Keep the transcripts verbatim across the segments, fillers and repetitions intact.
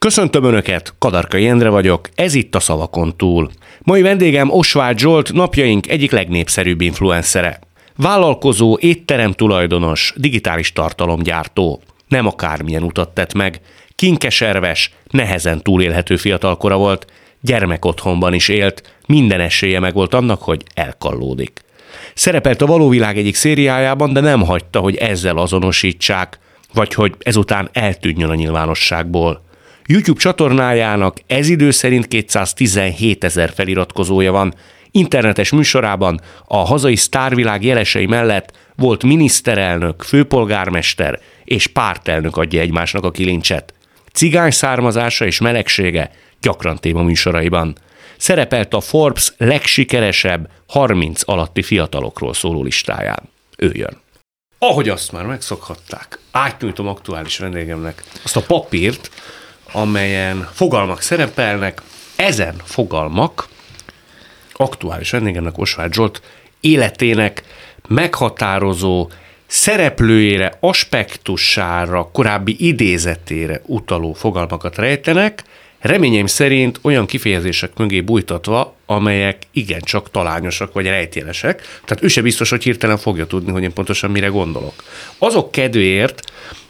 Köszöntöm Önöket, Kadarkai Endre vagyok, ez itt a Szavakon túl. Mai vendégem Osváth Zsolt, napjaink egyik legnépszerűbb influencere. Vállalkozó, étterem tulajdonos, digitális tartalomgyártó. Nem akármilyen utat tett meg. Kinkeserves, nehezen túlélhető fiatalkora volt, gyermekotthonban is élt, minden esélye megvolt annak, hogy elkallódik. Szerepelt a Való Világ egyik szériájában, de nem hagyta, hogy ezzel azonosítsák, vagy hogy ezután eltűnjön a nyilvánosságból. YouTube csatornájának ez idő szerint kétszáztizenhét ezer feliratkozója van, internetes műsorában a hazai sztárvilág jelesei mellett volt miniszterelnök, főpolgármester és pártelnök adja egymásnak a kilincset. Cigány származása és melegsége gyakran téma műsoraiban. Szerepelt a Forbes legsikeresebb harminc alatti fiatalokról szóló listáján. Ő jön. Ahogy azt már megszokhatták, átnyújtom aktuális vendégemnek azt a papírt, amelyen fogalmak szerepelnek. Ezen fogalmak aktuális vendégemnek, Osváth Zsolt életének meghatározó szereplőjére, aspektusára, korábbi idézetére utaló fogalmakat rejtenek, reményeim szerint olyan kifejezések mögé bújtatva, amelyek igencsak talányosak vagy rejtjelesek, tehát ő se biztos, hogy hirtelen fogja tudni, hogy én pontosan mire gondolok. Azok kedvéért,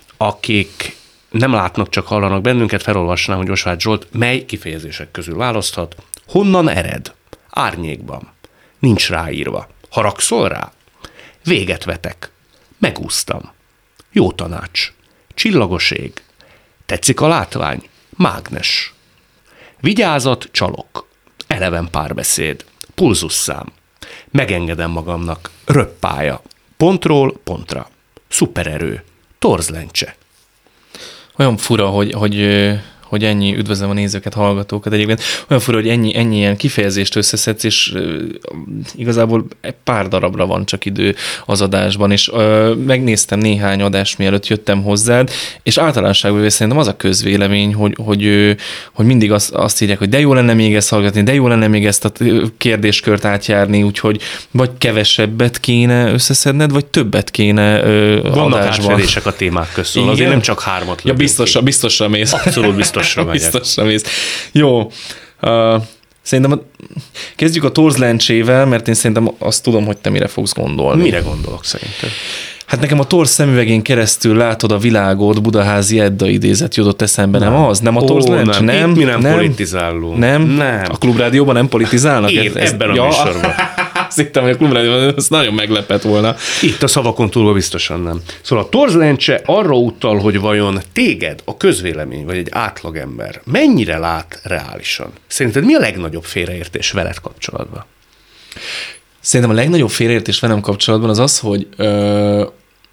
akik nem látnak, csak hallanak bennünket, felolvasnám, hogy Osváth Zsolt mely kifejezések közül választhat. Honnan ered? Árnyékban. Nincs ráírva. Haragszol rá? Véget vetek. Megúsztam. Jó tanács. Csillagos ég. Tetszik a látvány? Mágnes. Vigyázat, csalok. Eleven párbeszéd. Pulzusszám. Megengedem magamnak. Röppálya. Pontról pontra. Szupererő. Torzlencse. Olyan fura, hogy, hogy, hogy ennyi, üdvözlöm a nézőket, hallgatókat egyébként, olyan fura, hogy ennyi, ennyi ilyen kifejezést összeszedsz, és igazából pár darabra van csak idő az adásban, és ö, megnéztem néhány adást, mielőtt jöttem hozzád, és általánosságban szerintem az a közvélemény, hogy, hogy, hogy mindig azt, azt írják, hogy de jó lenne még ezt hallgatni, de jó lenne még ezt a kérdéskört átjárni, úgyhogy vagy kevesebbet kéne összeszedned, vagy többet kéne ö, Vannak adásban. átfedések a témák közül, azért nem csak hármat. Ja, biztosra, biztosra mész. Abszolút biztosra megyek. Biztosra mész. Jó. Uh, szerintem a, kezdjük a torzlencsével, mert én szerintem azt tudom, hogy te mire fogsz gondolni. Mire gondolok szerintem? Hát nekem a torz szemüvegén keresztül látod a világot, Budaházi Edda idézet jutott eszembe, nem, nem az? Nem a torzlencs? Nem, nem, itt mi nem, nem politizálunk. Nem? Nem. A Klubrádióban nem politizálnak? Én, ez, ebben a ja, műsorban. Azt hittem, hogy a Klubrádióban ez nagyon meglepett volna. Itt a Szavakon túlva biztosan nem. Szóval a torzlencse arra utal, hogy vajon téged, a közvélemény, vagy egy átlagember mennyire lát reálisan? Szerinted mi a legnagyobb félreértés veled kapcsolatban? Szerintem a legnagyobb félreértés velem kapcsolatban az az, hogy ö,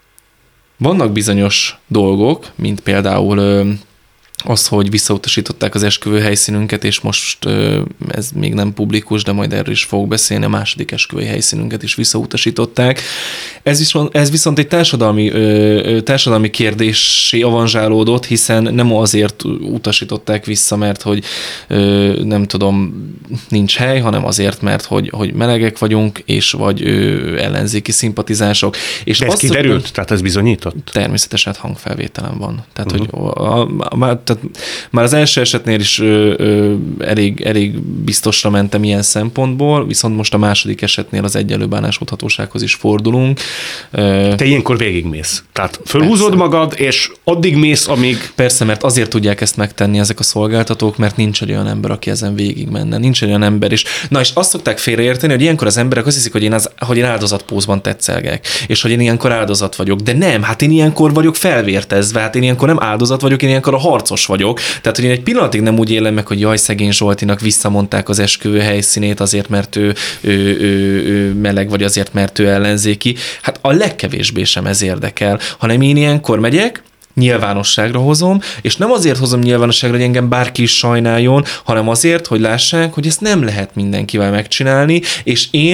vannak bizonyos dolgok, mint például ö, az, hogy visszautasították az esküvő helyszínünket, és most ö, ez még nem publikus, de majd erről is fogok beszélni, a második esküvői helyszínünket is visszautasították. Ez viszont, ez viszont egy társadalmi, ö, társadalmi kérdésé avanzsálódott, hiszen nem azért utasították vissza, mert hogy ö, nem tudom, nincs hely, hanem azért, mert hogy, hogy melegek vagyunk, és vagy ö, ellenzéki szimpatizások. És de ez azt kiderült? szoktam, Tehát ez bizonyított? Természetesen hangfelvételem van. Tehát, uh-huh. hogy a, a, a, tehát már az első esetnél is ö, ö, elég, elég biztosra mentem ilyen szempontból, viszont most a második esetnél az egyenlő bánásmódhatósághoz is fordulunk. Te ilyenkor végigmész. Tehát fölhúzod persze magad, és addig mész, amíg... Persze, mert azért tudják ezt megtenni ezek a szolgáltatók, mert nincs egy olyan ember, aki ezen végig menne. Nincs egy olyan ember is. Na és azt szokták félreérteni, hogy ilyenkor az emberek azt hiszik, hogy én, az, hogy én áldozatpózban tetszelgek, és hogy én ilyenkor áldozat vagyok. De nem, hát én ilyenkor vagyok felvértezve, hát én ilyenkor nem áldozat vagyok, én ilyenkor a harcos vagyok. Tehát, hogy én egy pillanatig nem úgy élem meg, hogy jaj, szegény Zsoltinak visszamondták az esküvő helyszínét azért, mert ő, ő, ő, ő meleg, vagy azért, mert ő ellenzéki. Hát a legkevésbé sem ez érdekel, hanem én ilyenkor megyek, nyilvánosságra hozom, és nem azért hozom nyilvánosságra, hogy engem bárki is sajnáljon, hanem azért, hogy lássák, hogy ezt nem lehet mindenkivel megcsinálni, és én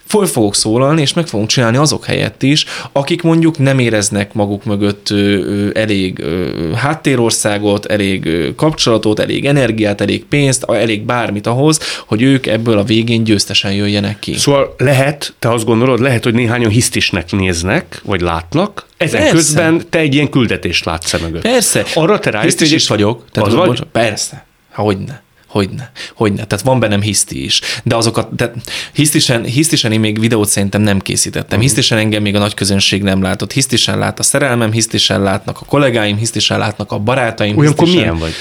föl fogok szólalni, és meg fogunk csinálni azok helyett is, akik mondjuk nem éreznek maguk mögött ö, ö, elég ö, háttérországot, elég ö, kapcsolatot, elég energiát, elég pénzt, elég bármit ahhoz, hogy ők ebből a végén győztesen jöjjenek ki. Szóval lehet, te azt gondolod, lehet, hogy néhányan hisztisnek néznek, vagy látnak, ezen Persze. közben te egy ilyen küldetést látsz e mögött. Persze. Arra te rájöttél, Hisztis is vagyok. Tehát az az vagy? Bocs, persze. Hogyne. Hogyne. Hogyne. Tehát van bennem hiszti is. De azokat, tehát hisztisen, hisztisen én még videót szerintem nem készítettem. Uh-huh. Hisztisen engem még a nagy közönség nem látott. Hisztisen lát a szerelmem, hisztisen látnak a kollégáim, hisztisen látnak a barátaim. Olyankor hisztisen... milyen vagy?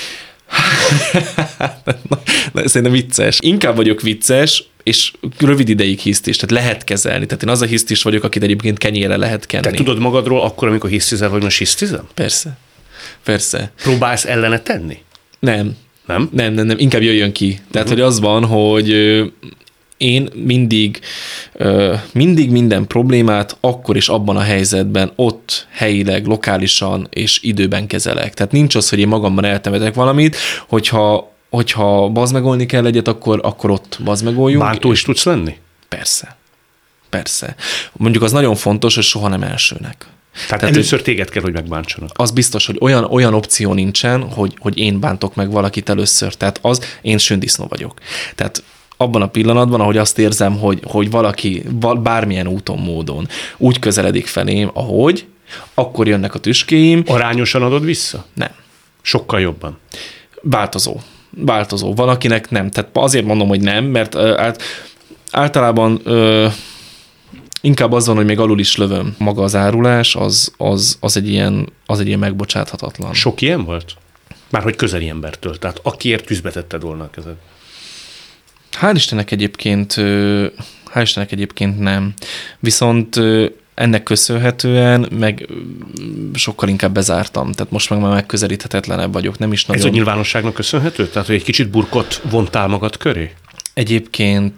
Na, szerintem vicces. Inkább vagyok vicces, és rövid ideig hisztis, tehát lehet kezelni. Tehát én az a hisztis vagyok, akit egyébként kenyére lehet kenni. Te tudod magadról akkor, amikor hisztizel, hogy most hisztizem? Persze. Persze. Próbálsz ellene tenni? Nem. Nem? Nem, nem, nem, inkább jöjjön ki. Tehát, uh-huh. hogy az van, hogy ö, én mindig, ö, mindig minden problémát akkor és abban a helyzetben ott helyileg, lokálisan és időben kezelek. Tehát nincs az, hogy én magamban eltemetek valamit, hogyha, hogyha bazmegolni kell egyet, akkor, akkor ott bazmegoljunk. Bántó is tudsz lenni? Persze. Persze. Mondjuk az nagyon fontos, hogy soha nem elsőnek. Tehát, Tehát először téged kell, hogy megbántsanak. Az biztos, hogy olyan, olyan opció nincsen, hogy, hogy én bántok meg valakit először. Tehát az, én sündisznó vagyok. Tehát abban a pillanatban, ahogy azt érzem, hogy, hogy valaki bármilyen úton, módon úgy közeledik felém, ahogy, akkor jönnek a tüskéim. Arányosan adod vissza? Nem. Sokkal jobban? Változó. Változó. Van, akinek nem. Tehát azért mondom, hogy nem, mert át, általában... Ö, Inkább az van, hogy még alul is lövöm. Maga az árulás, az, az, az, egy, ilyen, az egy ilyen megbocsáthatatlan. Sok ilyen volt? Márhogy közeli embertől, tehát akiért tűzbe tetted volna a kezed. Hál' Istennek egyébként, hál' Istennek egyébként nem. Viszont ennek köszönhetően meg sokkal inkább bezártam. Tehát most meg már megközelíthetetlenebb vagyok. Nem is nagyon... Ez a nyilvánosságnak köszönhető? Tehát, hogy egy kicsit burkot vontál magad köré? Egyébként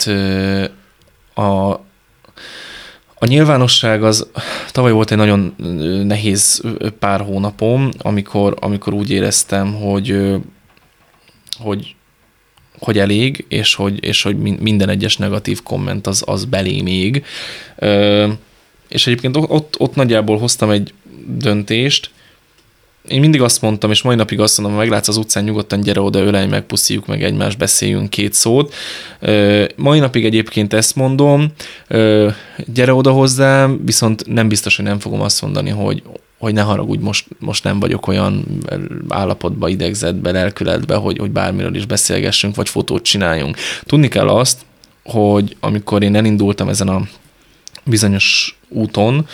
a A nyilvánosság az, tavaly volt egy nagyon nehéz pár hónapom, amikor, amikor úgy éreztem, hogy, hogy, hogy elég, és hogy, és hogy minden egyes negatív komment az, az belém ég. És egyébként ott, ott nagyjából hoztam egy döntést. Én mindig azt mondtam, és mai napig azt mondom, ha meglátsz az utcán, nyugodtan gyere oda, ölelj meg, puszíjuk meg egymást, beszéljünk két szót. Mai napig egyébként ezt mondom, gyere oda hozzám, viszont nem biztos, hogy nem fogom azt mondani, hogy, hogy ne haragudj, most, most nem vagyok olyan állapotba, idegzetbe, lelkületbe, hogy, hogy bármiről is beszélgessünk, vagy fotót csináljunk. Tudni kell azt, hogy amikor én elindultam ezen a bizonyos úton,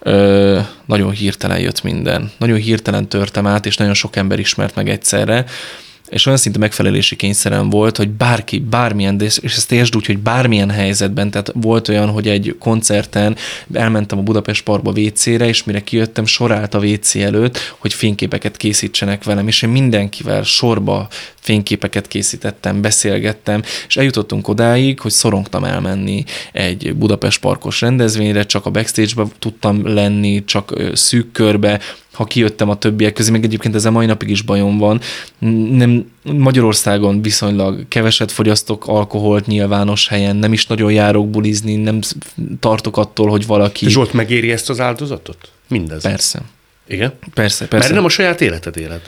ö, nagyon hirtelen jött minden. Nagyon hirtelen törtem át, és nagyon sok ember ismert meg egyszerre, és olyan szinte megfelelési kényszerem volt, hogy bárki, bármilyen, és ezt értsd úgy, hogy bármilyen helyzetben, tehát volt olyan, hogy egy koncerten elmentem a Budapest Parkba vécére, és mire kijöttem, sor állt a vécé előtt, hogy fényképeket készítsenek velem, és én mindenkivel sorba fényképeket készítettem, beszélgettem, és eljutottunk odáig, hogy szorongtam elmenni egy Budapest Parkos rendezvényre, csak a backstage-be tudtam lenni, csak szűk körbe, ha kijöttem a többiek közé, még egyébként ez a mai napig is bajom van. Nem, Magyarországon viszonylag keveset fogyasztok alkoholt nyilvános helyen, nem is nagyon járok bulizni, nem tartok attól, hogy valaki... Zsolt, megéri ezt az áldozatot? Mindez? Persze. Igen? Persze, persze. Mert nem a saját életed élet.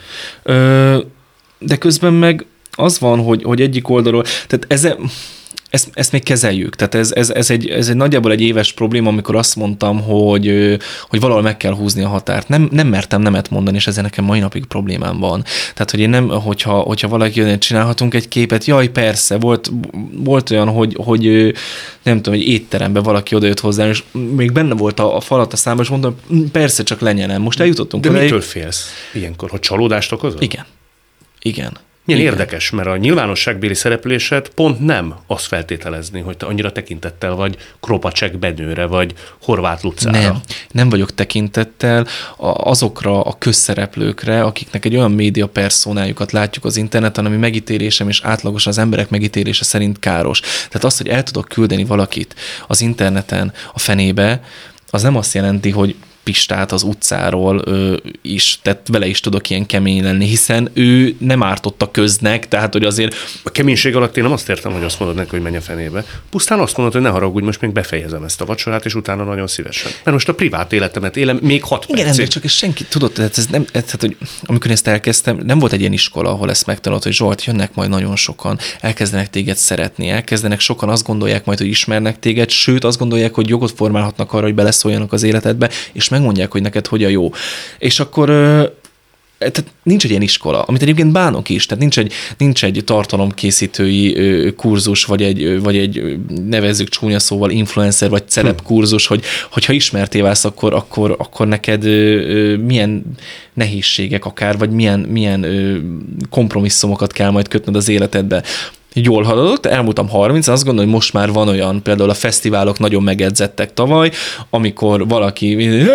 Ö, de közben meg az van, hogy, hogy egyik oldalról, tehát ez, ezt, ezt még kezeljük. Tehát ez, ez, ez, egy, ez egy nagyjából egy éves probléma, amikor azt mondtam, hogy, hogy valahol meg kell húzni a határt. Nem, nem mertem nemet mondani, és ezzel nekem mai napig problémám van. Tehát, hogy én nem, hogyha, hogyha valaki jön, csinálhatunk egy képet, jaj, persze, volt, volt olyan, hogy, hogy nem tudom, egy étteremben valaki odajött hozzám, és még benne volt a, a falat a számba, és mondtam, persze, csak lenyelem. Most eljutottunk. De oda, mitől félsz ilyenkor? Hogy csalódást okozol? Igen. Igen. Milyen Igen. érdekes, mert a nyilvánosságbéli szereplésed pont nem azt feltételezni, hogy te annyira tekintettel vagy Kropacek Benőre, vagy Horváth Lucára. Nem, nem vagyok tekintettel azokra a közszereplőkre, akiknek egy olyan média personájukat látjuk az interneten, ami megítélésem és átlagosan az emberek megítélése szerint káros. Tehát azt, hogy el tudok küldeni valakit az interneten a fenébe, az nem azt jelenti, hogy Pistát az utcáról ö, is, tehát vele is tudok ilyen kemény lenni, hiszen ő nem ártott a köznek, tehát hogy azért... A keménység alatt én nem azt értem, hogy azt mondod neki, hogy menj a fenébe. Pusztán azt mondod, hogy ne haragudj, most még befejezem ezt a vacsorát, és utána nagyon szívesen. Mert most a privát életemet élem még hat Igen, percig. Igen, csak ez senki, tudod, tehát ez nem, tehát, hogy amikor ezt elkezdtem, nem volt egy ilyen iskola, ahol ezt megtanult, hogy Zsolt, jönnek majd nagyon sokan, elkezdenek téged szeretni, elkezdenek sokan azt gondolják majd, hogy ismernek téged, sőt azt gondolják, hogy jogot formálhatnak arra, hogy beleszóljanak az életedbe, és megmondják, hogy neked hogy a jó. És akkor tehát nincs egy ilyen iskola, amit egyébként bánok is, tehát nincs egy, nincs egy tartalomkészítői kurzus, vagy egy, vagy egy nevezzük csúnya szóval influencer, vagy celeb kurzus, hogy hogyha ismerté válsz, akkor, akkor, akkor neked milyen nehézségek akár, vagy milyen, milyen kompromisszumokat kell majd kötnöd az életedbe. Jól haladott, elmúltam harminc, azt gondolom, hogy most már van olyan, például a fesztiválok nagyon megedzettek tavaly, amikor valaki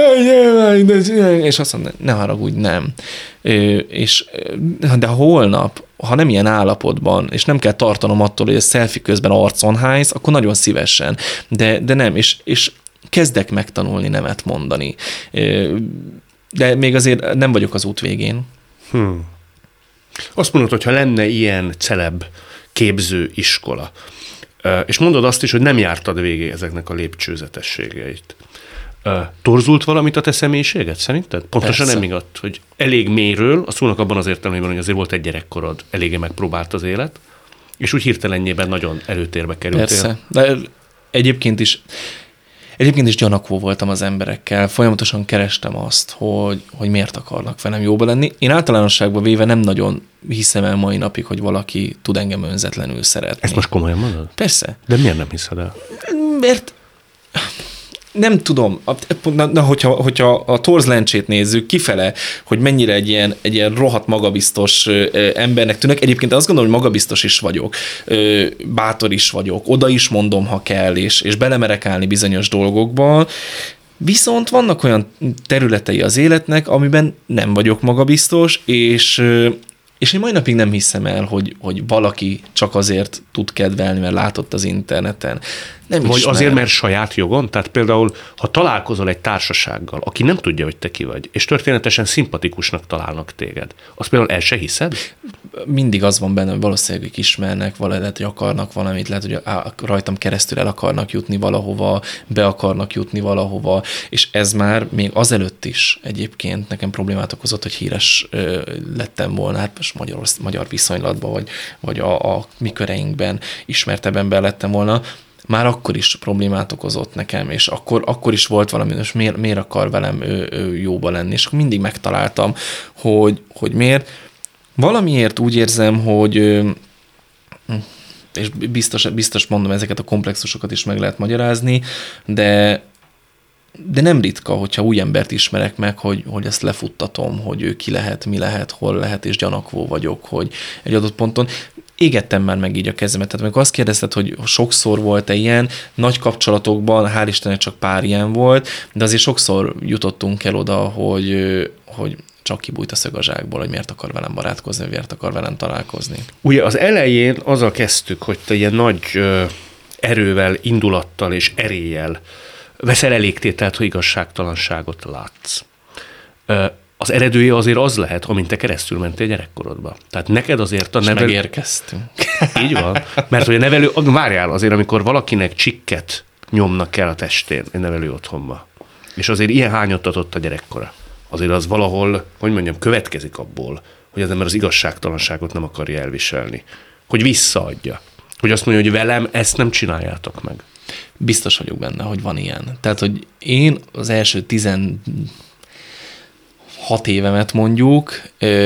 és azt mondja, ne haragudj, nem. És, de holnap, ha nem ilyen állapotban, és nem kell tartanom attól, hogy a selfie közben arcon hánysz, akkor nagyon szívesen. De, de nem, és, és kezdek megtanulni nemet mondani. De még azért nem vagyok az út végén. Hmm. Azt mondod, hogy ha lenne ilyen celeb képző iskola, és mondod azt is, hogy nem jártad végig ezeknek a lépcsőzetességeit. Torzult valamit a te személyiséged szerinted? Pontosan Persze. emiatt, hogy elég mélyről, a szónak abban az értelemben, hogy azért volt egy gyerekkorod, eléggé megpróbált az élet, és úgy hirtelenjében nagyon előtérbe kerültél. Persze, de egyébként is Egyébként is gyanakvó voltam az emberekkel, folyamatosan kerestem azt, hogy, hogy miért akarnak velem jóba lenni. Én általánosságban véve nem nagyon hiszem el mai napig, hogy valaki tud engem önzetlenül szeretni. Ezt most komolyan mondod? Persze. De miért nem hiszed el? Mert nem tudom, na, na, hogyha, hogyha a torz lencsét nézzük kifele, hogy mennyire egy ilyen, egy ilyen rohadt magabiztos ö, embernek tűnök. Egyébként azt gondolom, hogy magabiztos is vagyok, ö, bátor is vagyok, oda is mondom, ha kell, és, és belemerek állni bizonyos dolgokba. Viszont vannak olyan területei az életnek, amiben nem vagyok magabiztos, és... Ö, És én mai napig nem hiszem el, hogy, hogy valaki csak azért tud kedvelni, mert látott az interneten. Nem Vagy ismer. azért, mert saját jogon? Tehát például, ha találkozol egy társasággal, aki nem tudja, hogy te ki vagy, és történetesen szimpatikusnak találnak téged, azt például el se hiszed? Mindig az van benne, hogy valószínűleg ők ismernek, valahogy lehet, hogy akarnak valamit, lehet, hogy rajtam keresztül el akarnak jutni valahova, be akarnak jutni valahova, és ez már még azelőtt is egyébként nekem problémát okozott, hogy híres ö, lettem volna, hát most magyar, magyar viszonylatban, vagy, vagy a, a mi köreinkben ismertebb ember lettem volna, már akkor is problémát okozott nekem, és akkor, akkor is volt valami, és miért, miért akar velem ő, ő jóba lenni, és akkor mindig megtaláltam, hogy, hogy miért. Valamiért úgy érzem, hogy, és biztos, biztos mondom, ezeket a komplexusokat is meg lehet magyarázni, de, de nem ritka, hogyha új embert ismerek meg, hogy, hogy ezt lefuttatom, hogy ő ki lehet, mi lehet, hol lehet, és gyanakvó vagyok, hogy egy adott ponton égettem már meg így a kezemet. Tehát amikor azt kérdezted, hogy sokszor volt-e ilyen, nagy kapcsolatokban, hál' Istennek csak pár ilyen volt, de azért sokszor jutottunk el oda, hogy, hogy csak kibújt a szög a zsákból, hogy miért akar velem barátkozni, miért akar velem találkozni. Ugye az elején azzal kezdtük, hogy te ilyen nagy ö, erővel, indulattal és eréllyel veszel elégtételt, hogy igazságtalanságot látsz. Ö, az eredője azért az lehet, amint te keresztül mentél gyerekkorodba. Tehát neked azért a nevelő... megérkeztünk. Így van. Mert hogy a nevelő... Várjál, azért amikor valakinek csikket nyomnak el a testén, egy nevelő otthonba, és azért ilyen hányattatott a gyerekkora, azért az valahol, hogy mondjam, következik abból, hogy az ember az igazságtalanságot nem akarja elviselni. Hogy visszaadja. Hogy azt mondja, hogy velem ezt nem csináljátok meg. Biztos vagyok benne, hogy van ilyen. Tehát, hogy én az első tizenhat évemet mondjuk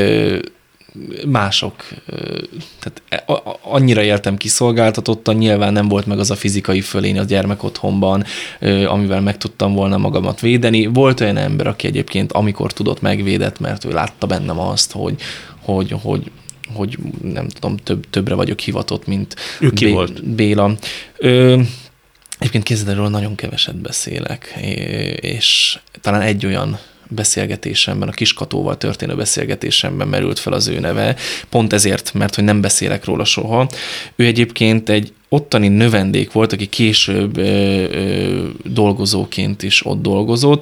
mások, tehát annyira éltem kiszolgáltatottan, nyilván nem volt meg az a fizikai fölény a gyermekotthonban, amivel meg tudtam volna magamat védeni. Volt olyan ember, aki egyébként amikor tudott megvédett, mert ő látta bennem azt, hogy, hogy, hogy, hogy nem tudom, több, többre vagyok hivatott, mint ő ki Bé- volt? Béla. Ö, egyébként képzeld, erről nagyon keveset beszélek, és talán egy olyan beszélgetésemben, a Kiskatóval történő beszélgetésemben merült fel az ő neve, pont ezért, mert hogy nem beszélek róla soha. Ő egyébként egy ottani növendék volt, aki később ö, ö, dolgozóként is ott dolgozott.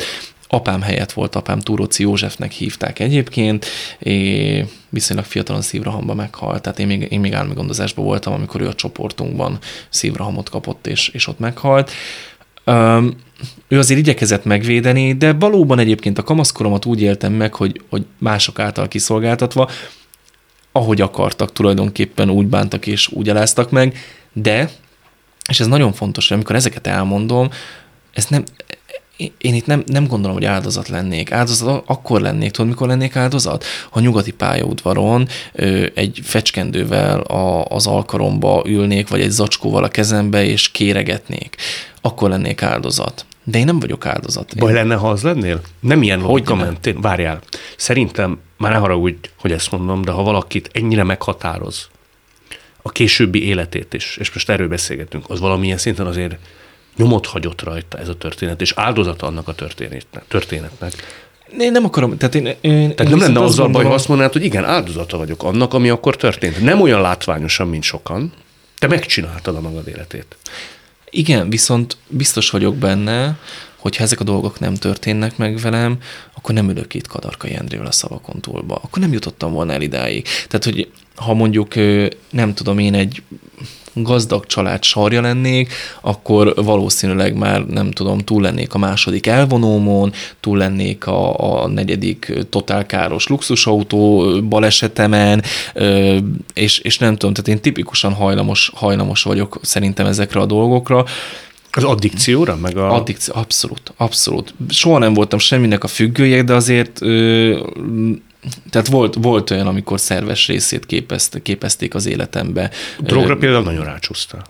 apám helyett volt, apám Túróci Józsefnek hívták egyébként, és viszonylag fiatalon szívrohamban meghalt. Tehát én még, én még állami gondozásban voltam, amikor ő a csoportunkban szívrohamot kapott, és, és ott meghalt. Um, ő azért igyekezett megvédeni, de valóban egyébként a kamaszkoromat úgy éltem meg, hogy, hogy mások által kiszolgáltatva, ahogy akartak, tulajdonképpen úgy bántak és úgy aláztak meg, de, és ez nagyon fontos, hogy amikor ezeket elmondom, ez nem, én itt nem, nem gondolom, hogy áldozat lennék. Áldozat akkor lennék, tudod, mikor lennék áldozat? Ha nyugati pályaudvaron egy fecskendővel a, az alkaromba ülnék, vagy egy zacskóval a kezembe, és kéregetnék. Akkor lennék áldozat. De én nem vagyok áldozat. Baj lenne, ha az lennél? Nem ilyen logika Hogyne? mentén. Várjál. Szerintem, már ne haragudj, hogy ezt mondom, de ha valakit ennyire meghatároz a későbbi életét is, és most erről beszélgetünk, az valamilyen szinten azért nyomot hagyott rajta ez a történet, és áldozata annak a történetnek. történetnek. Én nem akarom, tehát én... én tehát nem lenne azzal baj, ha azt mondanád, hogy igen, áldozata vagyok annak, ami akkor történt. Nem olyan látványosan, mint sokan. Te megcsináltad a magad életét. Igen, viszont biztos vagyok benne, hogy ha ezek a dolgok nem történnek meg velem, akkor nem ülök itt Kadarkai Endrével a szavakon túlba. Akkor nem jutottam volna el idáig. Tehát, hogy ha mondjuk, nem tudom, én egy gazdag család sarja lennék, akkor valószínűleg már, nem tudom, túl lennék a második elvonómon, túl lennék a, a negyedik totálkáros luxusautó balesetemen, és, és nem tudom, tehát én tipikusan hajlamos, hajlamos vagyok szerintem ezekre a dolgokra. Az addikcióra? Meg a... Addikció, abszolút, abszolút. Soha nem voltam semminek a függője, de azért... Ö, Tehát volt, volt olyan, amikor szerves részét képezt, képezték az életembe. Drogra például nagyon rácsúsztál.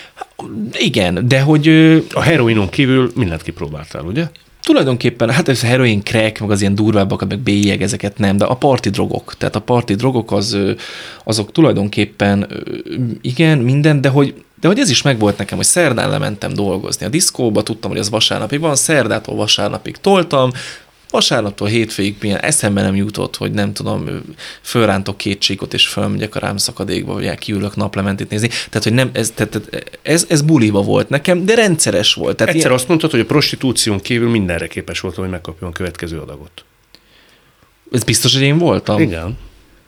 Igen, de hogy... A heroinon kívül mindent kipróbáltál, ugye? Tulajdonképpen, hát ez a heroin, crack, meg az ilyen durvábbakat, meg bélyeg, ezeket nem, de a parti drogok. Tehát a parti drogok az, azok tulajdonképpen igen, minden, de hogy, de hogy ez is megvolt nekem, hogy szerdán lementem dolgozni a diszkóba, tudtam, hogy az vasárnapig van, szerdától vasárnapig toltam, vasárnaptól hétfőig milyen eszembe nem jutott, hogy nem tudom, fölrántok két csíkot, és fölmegyek a rámszakadékba, vagy kiülök naplementét nézni. Tehát, hogy nem, ez, tehát, ez, ez buliba volt nekem, de rendszeres volt. Tehát Egyszer ilyen... azt mondtad, hogy a prostitúción kívül mindenre képes voltam, hogy megkapjon a következő adagot. Ez biztos, hogy én voltam? Igen.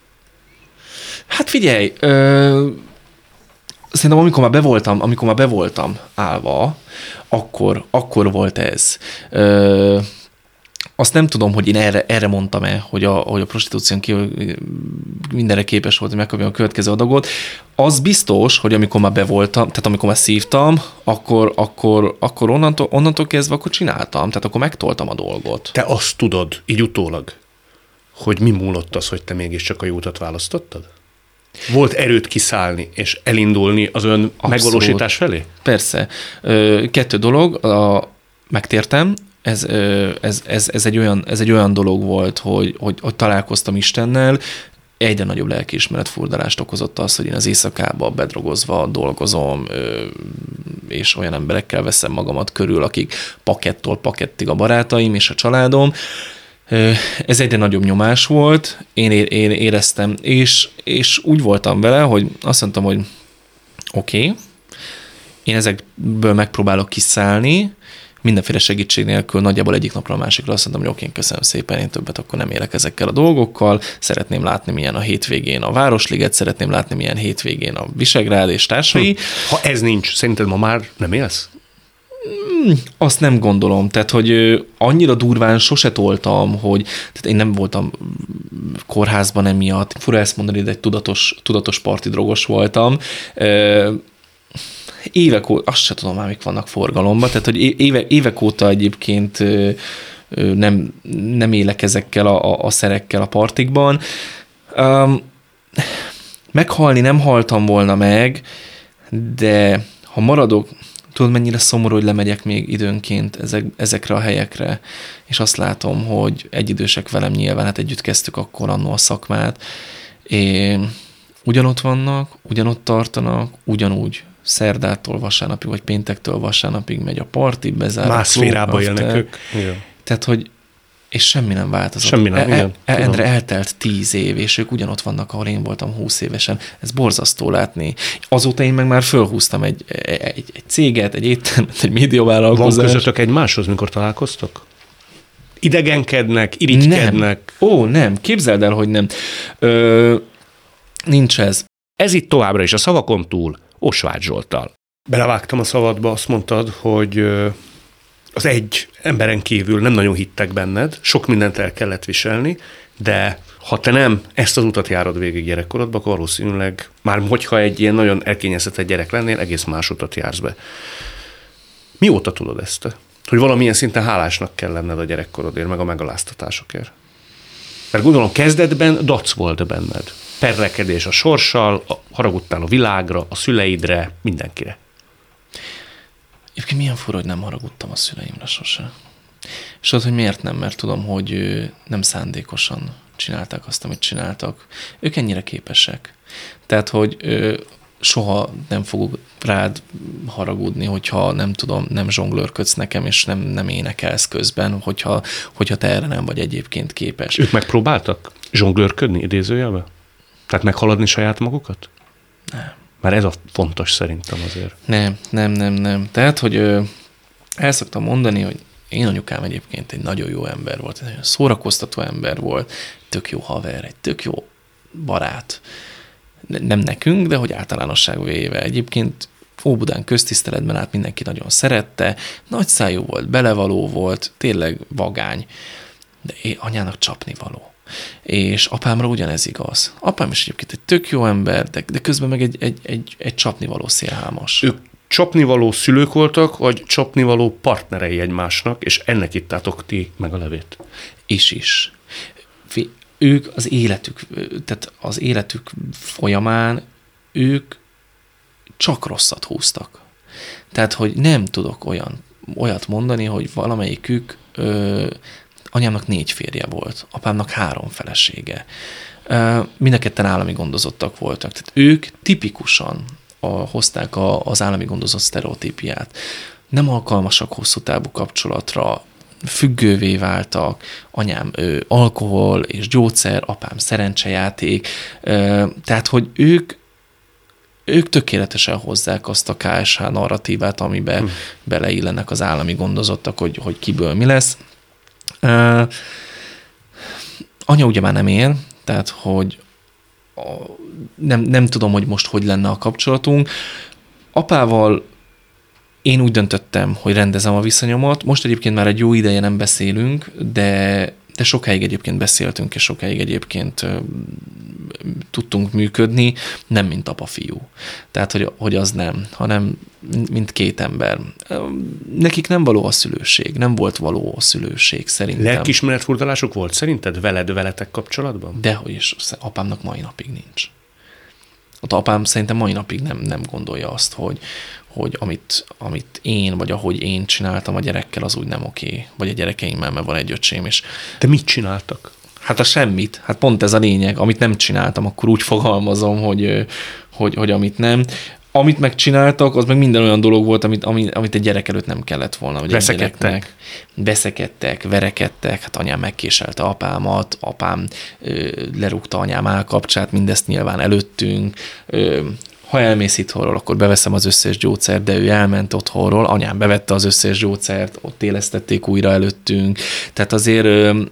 Hát figyelj, ö... szerintem amikor már be voltam, amikor már be voltam állva, akkor, akkor volt ez. Ö... Azt nem tudom, hogy én erre, erre mondtam-e, hogy a, hogy a prostitúción kívül mindenre képes volt, hogy megkapjam a következő adagot. Az biztos, hogy amikor már be voltam, tehát amikor már szívtam, akkor, akkor, akkor onnantól, onnantól kezdve akkor csináltam, tehát akkor megtoltam a dolgot. Te azt tudod, így utólag, hogy mi múlott az, hogy te mégiscsak a jó utat választottad? Volt erőt kiszállni és elindulni az ön Abszolút. Megvalósítás felé? Persze. Kettő dolog, a, megtértem, Ez, ez, ez, ez, egy olyan, ez egy olyan dolog volt, hogy, hogy, hogy találkoztam Istennel, egyre nagyobb lelkiismeret furdalást okozott az, hogy én az éjszakába bedrogozva dolgozom, és olyan emberekkel veszem magamat körül, akik pakettól pakettig a barátaim és a családom. Ez egyre nagyobb nyomás volt, én, én éreztem, és, és úgy voltam vele, hogy azt mondtam, hogy oké, okay, én ezekből megpróbálok kiszállni, mindenféle segítség nélkül, nagyjából egyik napra a másikra azt mondtam, hogy oké, köszönöm szépen, én többet akkor nem élek ezekkel a dolgokkal, szeretném látni, milyen a hétvégén a Városliget, szeretném látni, milyen hétvégén a Visegrád és társai. Hm. Ha ez nincs, szerinted ma már nem élsz? Hmm, azt nem gondolom, tehát, hogy annyira durván sose toltam, hogy tehát én nem voltam kórházban emiatt. Fura ezt mondani, de egy tudatos, tudatos parti drogos voltam. Évek óta, azt se tudom már, mik vannak forgalomban, tehát hogy éve, évek óta egyébként nem, nem élek ezekkel a, a, a szerekkel a partikban. Um, meghalni nem haltam volna meg, de ha maradok, tudod, mennyire szomorú, hogy lemegyek még időnként ezek, ezekre a helyekre, és azt látom, hogy egyidősek velem nyilván, hát együtt kezdtük akkor annó a szakmát, és ugyanott vannak, ugyanott tartanak, ugyanúgy szerdától vasárnapig, vagy péntektől vasárnapig megy a parti, bezár. Más szférába élnek ők. Igen. Tehát, hogy és semmi nem változott. Semmi nem, e- igen. E- Endre eltelt tíz év, és ők ugyanott vannak, ahol én voltam húsz évesen. Ez borzasztó látni. Azóta én meg már fölhúztam egy, egy, egy céget, egy éttermet, egy médiavállalkozást. Van közöttök egymáshoz, mikor találkoztok? Idegenkednek, irigykednek? Nem. Ó, nem. Képzeld el, hogy nem. Ö, nincs ez. Ez itt továbbra is a szavakon túl Osváth Zsolttal. Belevágtam a szavadba, azt mondtad, hogy az egy emberen kívül nem nagyon hittek benned, sok mindent el kellett viselni, de ha te nem ezt az utat járod végig gyerekkorodban, akkor valószínűleg, már hogyha egy ilyen nagyon elkényeztetett gyerek lennél, egész más utat jársz be. Mióta tudod ezt? Hogy valamilyen szinten hálásnak kell lenned a gyerekkorodért, meg a megaláztatásokért? Mert gondolom kezdetben dac volt benned. Perrekedés a sorssal, haragudtál a világra, a szüleidre, mindenkire. Egyébként milyen fura, hogy nem haragudtam a szüleimre sose. És tudod, hogy miért nem? Mert tudom, hogy nem szándékosan csinálták azt, amit csináltak. Ők ennyire képesek. Tehát, hogy soha nem fogok rád haragudni, hogyha nem tudom, nem zsonglőrködsz nekem, és nem, nem énekelsz közben, hogyha, hogyha te erre nem vagy egyébként képes. Ők megpróbáltak zsonglőrködni idézőjelben? Tehát meghaladni saját magukat? Nem. Mert ez a fontos szerintem azért. Nem, nem, nem, nem. Tehát, hogy ö, el szoktam mondani, hogy én anyukám egyébként egy nagyon jó ember volt, egy nagyon szórakoztató ember volt, tök jó haver, egy tök jó barát. Nem nekünk, de hogy általánosságú véve. Egyébként Óbudán köztiszteletben át mindenki nagyon szerette, nagyszájú volt, belevaló volt, tényleg vagány, de én anyának csapnivaló. És apámra ugyanez igaz. Apám is egyébként egy tök jó ember, de, de közben meg egy, egy, egy, egy csapnivaló szélhámos. Ők csapnivaló szülők voltak, vagy csapnivaló partnerei egymásnak, és ennek ittátok ti meg a levét? Is is. Ők az életük, tehát az életük folyamán ők csak rosszat húztak. Tehát, hogy nem tudok olyan, olyat mondani, hogy valamelyikük ö, anyámnak négy férje volt, apámnak három felesége. Mind a ketten állami gondozottak voltak. Tehát ők tipikusan a, hozták a, az állami gondozott sztereotípiát. Nem alkalmasak hosszú távú kapcsolatra, függővé váltak, anyám ö, alkohol és gyógyszer, apám szerencsejáték. Ö, tehát, hogy ők ők tökéletesen hozzák azt a ká es há narratívát, amiben hmm. beleillenek az állami gondozottak, hogy, hogy kiből mi lesz. Uh, anya ugye már nem él, tehát, hogy a, nem, nem tudom, hogy most hogy lenne a kapcsolatunk. Apával én úgy döntöttem, hogy rendezem a viszonyomat. Most egyébként már egy jó ideje nem beszélünk, de, de sokáig egyébként beszéltünk, és sokáig egyébként uh, tudtunk működni, nem mint apa-fiú. Tehát, hogy, hogy az nem, hanem mint két ember. Nekik nem való a szülőség, nem volt való a szülőség szerintem. Lelkiismeretfurdalásuk volt szerinted veled, veletek kapcsolatban? Dehogy is, apámnak mai napig nincs. Ott apám szerintem mai napig nem, nem gondolja azt, hogy, hogy amit, amit én, vagy ahogy én csináltam a gyerekkel, az úgy nem oké. Vagy a gyerekeimmel, mert van egy öcsém is. De mit csináltak? Hát a semmit. Hát pont ez a lényeg. Amit nem csináltam, akkor úgy fogalmazom, hogy, hogy, hogy amit nem. Amit megcsináltak, az meg minden olyan dolog volt, amit, amit egy gyerek előtt nem kellett volna. Veszekedtek. Beszekedtek, verekedtek, hát anyám megkéselte apámat, apám ö, lerúgta anyám állkapcsát, mindezt nyilván előttünk. Ö, ha elmész itthonról, akkor beveszem az összes gyógyszert, de ő elment otthonról, anyám bevette az összes gyógyszert, ott élesztették újra előttünk. Tehát azért ö,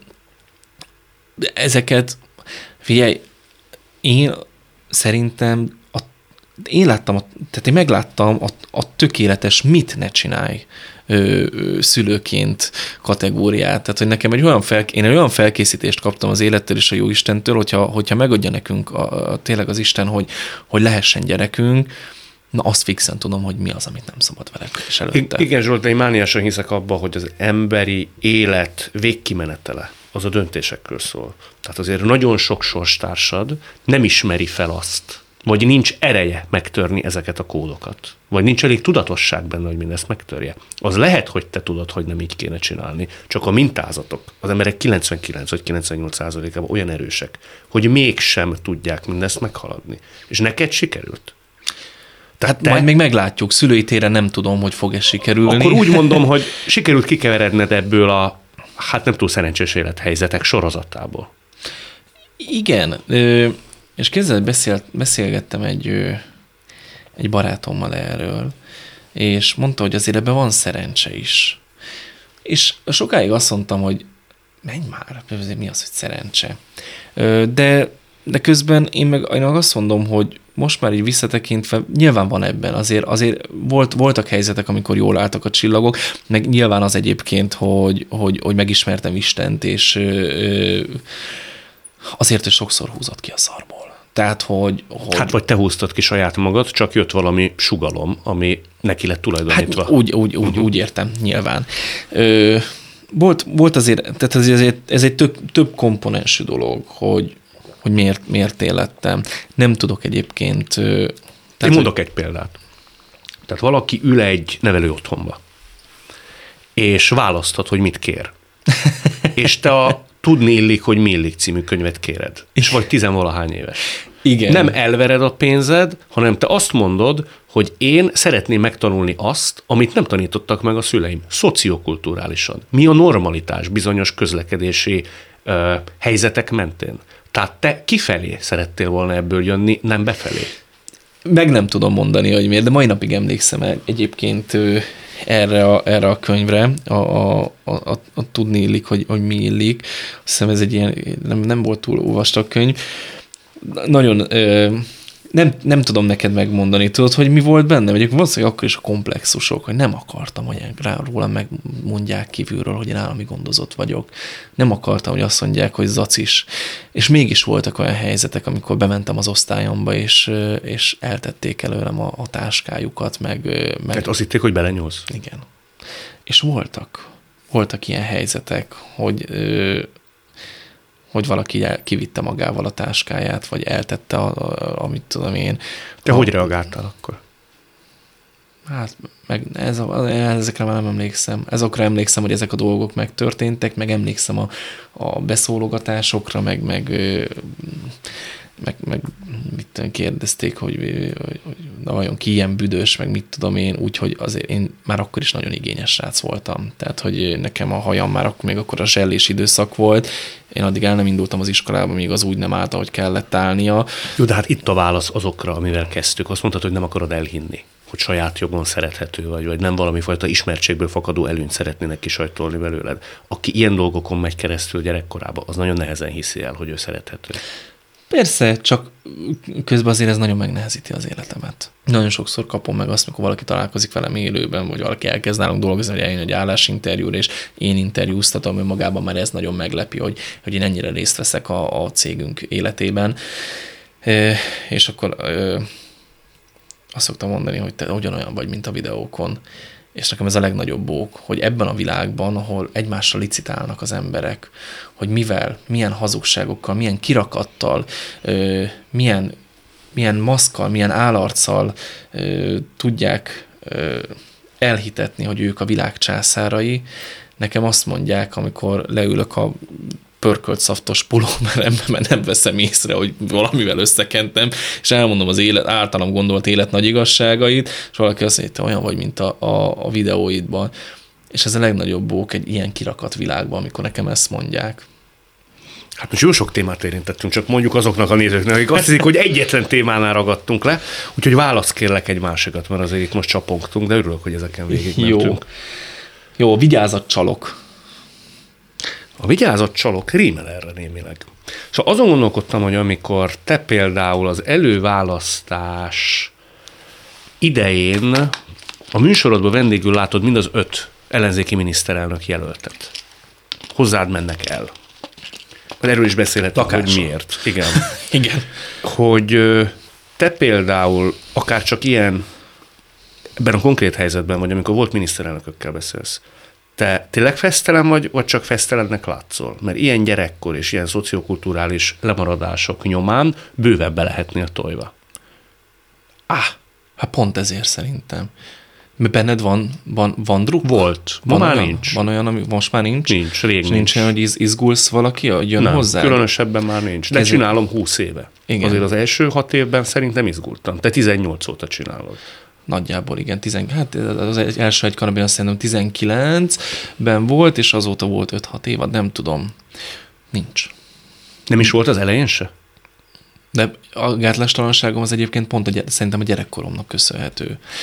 ezeket, figyelj, én szerintem a, én láttam, a, tehát én megláttam a, a tökéletes mit ne csinálj ö, ö, szülőként kategóriát. Tehát, hogy nekem egy olyan, fel, én egy olyan felkészítést kaptam az élettől és a Jóistentől, hogyha, hogyha megadja nekünk a, a, tényleg az Isten, hogy, hogy lehessen gyerekünk, na azt fixen tudom, hogy mi az, amit nem szabad veled és előtte. Igen, Zsolt, de én mániásan hiszek abba, hogy az emberi élet végkimenetele az a döntésekről szól. Tehát azért nagyon sok sorstársad nem ismeri fel azt, vagy nincs ereje megtörni ezeket a kódokat. Vagy nincs elég tudatosság benne, hogy mindezt megtörje. Az lehet, hogy te tudod, hogy nem így kéne csinálni, csak a mintázatok, az emberek kilencvenkilenc vagy kilencvennyolc százalékában olyan erősek, hogy mégsem tudják mindezt meghaladni. És neked sikerült? Tehát te... Majd még meglátjuk, szülői téren nem tudom, hogy fog ez sikerülni. Akkor úgy mondom, hogy sikerült kikeveredned ebből a hát nem túl szerencsés élethelyzetek sorozatából. Igen, és kézzel beszélt, beszélgettem egy, egy barátommal erről, és mondta, hogy azért ebben van szerencse is. És sokáig azt mondtam, hogy menj már, mi az, hogy szerencse. De, de közben én meg, én meg azt mondom, hogy most már így visszatekintve, nyilván van ebben, azért, azért volt, voltak helyzetek, amikor jól álltak a csillagok, meg nyilván az egyébként, hogy, hogy, hogy megismertem Istent, és ö, azért, hogy sokszor húzott ki a szarból. Tehát, hogy, hogy... Hát vagy te húztad ki saját magad, csak jött valami sugalom, ami neki lett tulajdonítva. Hát úgy, úgy, úgy, uh-huh. úgy értem, nyilván. Ö, volt, volt azért, tehát ez, azért, ez egy több, több komponensű dolog, hogy hogy miért, miért élettem. Nem tudok egyébként... Tehát, Én mondok hogy... egy példát. Tehát valaki ül egy nevelő otthonba, és választhat, hogy mit kér. És te a Tudni illik, hogy mi illik című könyvet kéred. És vagy tizenvalahány éves. Igen. Nem elvered a pénzed, hanem te azt mondod, hogy én szeretném megtanulni azt, amit nem tanítottak meg a szüleim. Szociokulturálisan. Mi a normalitás bizonyos közlekedési uh, helyzetek mentén? Tehát te kifelé szerettél volna ebből jönni, nem befelé? Meg nem tudom mondani, hogy miért, de mai napig emlékszem egyébként erre a, erre a könyvre, a, a, a, a, a Tudni illik, hogy, hogy mi illik. Azt hiszem ez egy ilyen, nem, nem volt túl vastag könyv. Nagyon... Ö, Nem, nem tudom neked megmondani, tudod, hogy mi volt benne? Vagy valószínűleg akkor is a komplexusok, hogy nem akartam, hogy rá rólam megmondják kívülről, hogy én állami gondozott vagyok. Nem akartam, hogy azt mondják, hogy zacis. És mégis voltak olyan helyzetek, amikor bementem az osztályomba, és, és eltették előlem a, a táskájukat, meg... meg... Tehát azt hitték, hogy belenyúlsz? Igen. És voltak. Voltak ilyen helyzetek, hogy... hogy valaki kivitte magával a táskáját, vagy eltette, a, a, amit tudom én. Te a, hogy reagáltál akkor? Hát, meg ez a, ezekre már nem emlékszem. Ezokra emlékszem, hogy ezek a dolgok megtörténtek, meg emlékszem a, a beszólogatásokra, meg, meg, meg, meg mit tudom, kérdezték, hogy, hogy, hogy na, vajon ki ilyen büdös, meg mit tudom én, úgyhogy azért én már akkor is nagyon igényes srác voltam. Tehát, hogy nekem a hajam már akkor, még akkor a zsellés időszak volt, én addig el nem indultam az iskolába, míg az úgy nem állt, ahogy kellett állnia. Jó, de hát itt a válasz azokra, amivel kezdtük. Azt mondtad, hogy nem akarod elhinni, hogy saját jogon szerethető vagy, vagy nem valami fajta ismertségből fakadó előnyt szeretnének kisajtolni belőled. Aki ilyen dolgokon megy keresztül gyerekkorában, az nagyon nehezen hiszi el, hogy ő szerethető. Persze, csak közben azért ez nagyon megnehezíti az életemet. Nagyon sokszor kapom meg azt, amikor valaki találkozik velem élőben, vagy valaki elkezd nálunk dolgozni, hogy eljön egy állásinterjúra, és én interjúztatom önmagában, mert ez nagyon meglepi, hogy, hogy én ennyire részt veszek a, a cégünk életében. E, és akkor e, azt szoktam mondani, hogy te ugyanolyan vagy, mint a videókon. És nekem ez a legnagyobb bók, hogy ebben a világban, ahol egymással licitálnak az emberek, hogy mivel, milyen hazugságokkal, milyen kirakattal, ö, milyen, milyen maszkkal, milyen állarccal ö, tudják ö, elhitetni, hogy ők a világ császárai. Nekem azt mondják, amikor leülök a pörkölt szaftos pulóverembe, mert nem veszem észre, hogy valamivel összekentem, és elmondom az élet, általam gondolt élet nagy igazságait, és valaki azt mondja, olyan vagy, mint a, a, a videóidban. És ez a legnagyobb bók egy ilyen kirakat világban, amikor nekem ezt mondják. Hát most jó sok témát érintettünk, csak mondjuk azoknak a nézőknek, akik azt hiszik, hogy egyetlen témánál ragadtunk le, úgyhogy választ kérlek egy másikat, mert azért itt most csapongtunk, de örülök, hogy ezeken végigmentünk. Jó, jó, vigyázat csalok. A vigyázat csalok rímel erre némileg. Szóval azon gondolkodtam, hogy amikor te például az előválasztás idején a műsorodban vendégül látod mind az öt ellenzéki miniszterelnök jelöltet. Hozzád mennek el. Erről is beszélhetünk, hogy miért. Igen. Igen. Hogy te például akár csak ilyen, ebben a konkrét helyzetben vagy, amikor volt miniszterelnökökkel beszélsz, te tényleg fesztelen vagy, vagy csak fesztelennek látszol? Mert ilyen gyerekkor és ilyen szociokulturális lemaradások nyomán bővebbe lehetnél tojva. Ah, hát pont ezért szerintem. Benned van, van, van druk? Volt. Van már olyan, nincs. Van olyan, ami most már nincs? Nincs, rég nincs. Nincs olyan, hogy iz, izgulsz valaki, hogy jön nem, hozzá? Különösebben már nincs. De Ezért... csinálom húsz éve. Igen. Azért az első hat évben szerintem izgultam. Te tizennyolc óta csinálod. Nagyjából igen, tizen, hát az első egy karabén azt szerintem tizenkilencben volt, és azóta volt öt-hat évad, nem tudom. Nincs. Nem is volt az elején se? De a gátlástalanságom az egyébként pont a, szerintem a gyerekkoromnak köszönhető.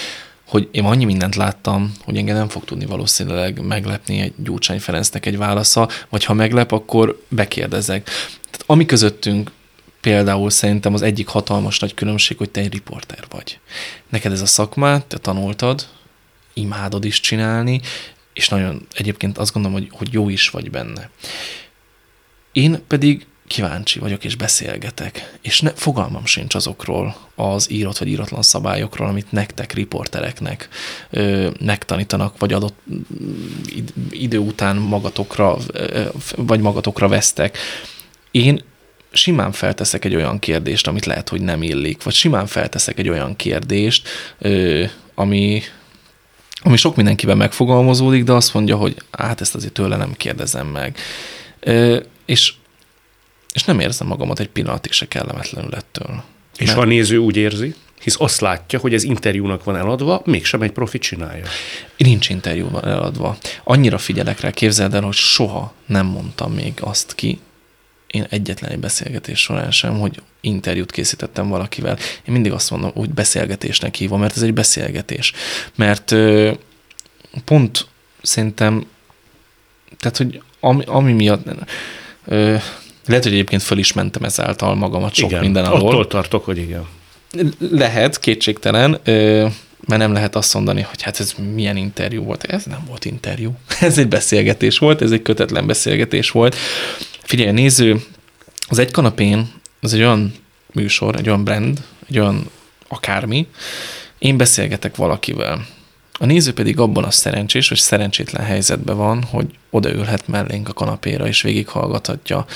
hogy én annyi mindent láttam, hogy engem nem fog tudni valószínűleg meglepni egy Gyurcsány Ferencnek egy válasza, vagy ha meglep, akkor bekérdezek. Tehát ami közöttünk például szerintem az egyik hatalmas nagy különbség, hogy te egy riporter vagy. Neked ez a szakmát, te tanultad, imádod is csinálni, és nagyon egyébként azt gondolom, hogy, hogy jó is vagy benne. Én pedig kíváncsi vagyok, és beszélgetek, és ne, fogalmam sincs azokról az írott vagy íratlan szabályokról, amit nektek, riportereknek ö, megtanítanak, vagy adott idő után magatokra, ö, vagy magatokra vesztek. Én simán felteszek egy olyan kérdést, amit lehet, hogy nem illik, vagy simán felteszek egy olyan kérdést, ö, ami, ami sok mindenkiben megfogalmazódik, de azt mondja, hogy hát ezt azért tőle nem kérdezem meg. Ö, és És nem érzem magamat egy pillanatig se kellemetlenül ettől. És mert... ha a néző úgy érzi, hisz azt látja, hogy ez interjúnak van eladva, mégsem egy profi csinálja. Nincs interjúban eladva. Annyira figyelek rá, képzeld el, hogy soha nem mondtam még azt ki, én egyetlen egy beszélgetés során sem, hogy interjút készítettem valakivel. Én mindig azt mondom, hogy beszélgetésnek hívom, mert ez egy beszélgetés. Mert ö, pont szerintem, tehát, hogy ami, ami miatt... Ö, Lehet, hogy egyébként föl is mentem ezáltal magamat sok igen, minden alól. Attól tartok, hogy igen. Lehet, kétségtelen, mert nem lehet azt mondani, hogy hát ez milyen interjú volt. Ez nem volt interjú. Ez egy beszélgetés volt, ez egy kötetlen beszélgetés volt. Figyelj, néző, az Egy kanapén, az egy olyan műsor, egy olyan brand, egy olyan akármi. Én beszélgetek valakivel. A néző pedig abban a szerencsés, vagy szerencsétlen helyzetben van, hogy odaülhet mellénk a kanapéra, és végighallgathatja.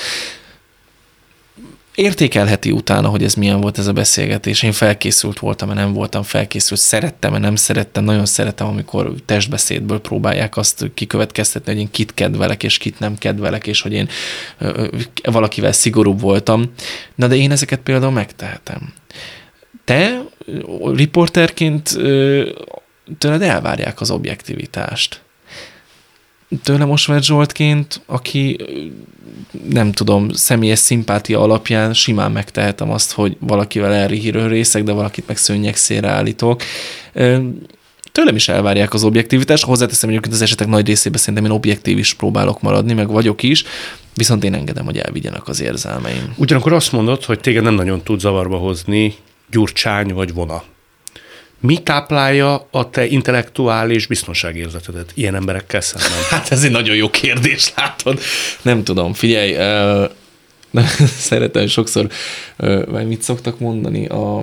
Értékelheti utána, hogy ez milyen volt ez a beszélgetés. Én felkészült voltam, mert nem voltam felkészült. Szerettem, mert nem szerettem. Nagyon szeretem, amikor testbeszédből próbálják azt kikövetkeztetni, hogy én kit kedvelek, és kit nem kedvelek, és hogy én valakivel szigorúbb voltam. Na, de én ezeket például megtehetem. Te riporterként tőled elvárják az objektivitást. Tőlem Osváth Zsoltként, aki nem tudom, személyes szimpátia alapján simán megtehetem azt, hogy valakivel elrihírő részek, de valakit meg szőnyegszélre állítok. Tőlem is elvárják az objektivitást. Hozzáteszem, hogy az esetek nagy részében szerintem én objektív is próbálok maradni, meg vagyok is, viszont én engedem, hogy elvigyenek az érzelmeim. Ugyanakkor azt mondod, hogy téged nem nagyon tud zavarba hozni Gyurcsány vagy Vona. Mi táplálja a te intellektuális biztonságérzetedet ilyen emberekkel szemben? Hát ez egy nagyon jó kérdés, látod. Nem tudom, figyelj, uh, szeretem sokszor, uh, mit szoktak mondani, a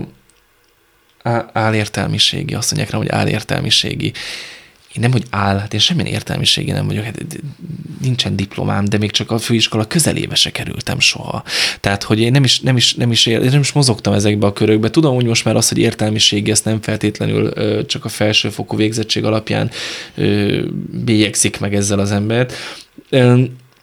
álértelmiségi, azt mondják rá, hogy álértelmiségi. Én nem, hogy áll, hát én semmilyen értelmiségi nem vagyok, hát nincsen diplomám, de még csak a főiskola közelébe se kerültem soha. Tehát, hogy én nem is, nem is, nem is, ér, nem is mozogtam ezekbe a körökbe. Tudom, hogy most már az, hogy értelmiségi, ezt nem feltétlenül ö, csak a felsőfokú végzettség alapján ö, bélyegzik meg ezzel az embert. Ö,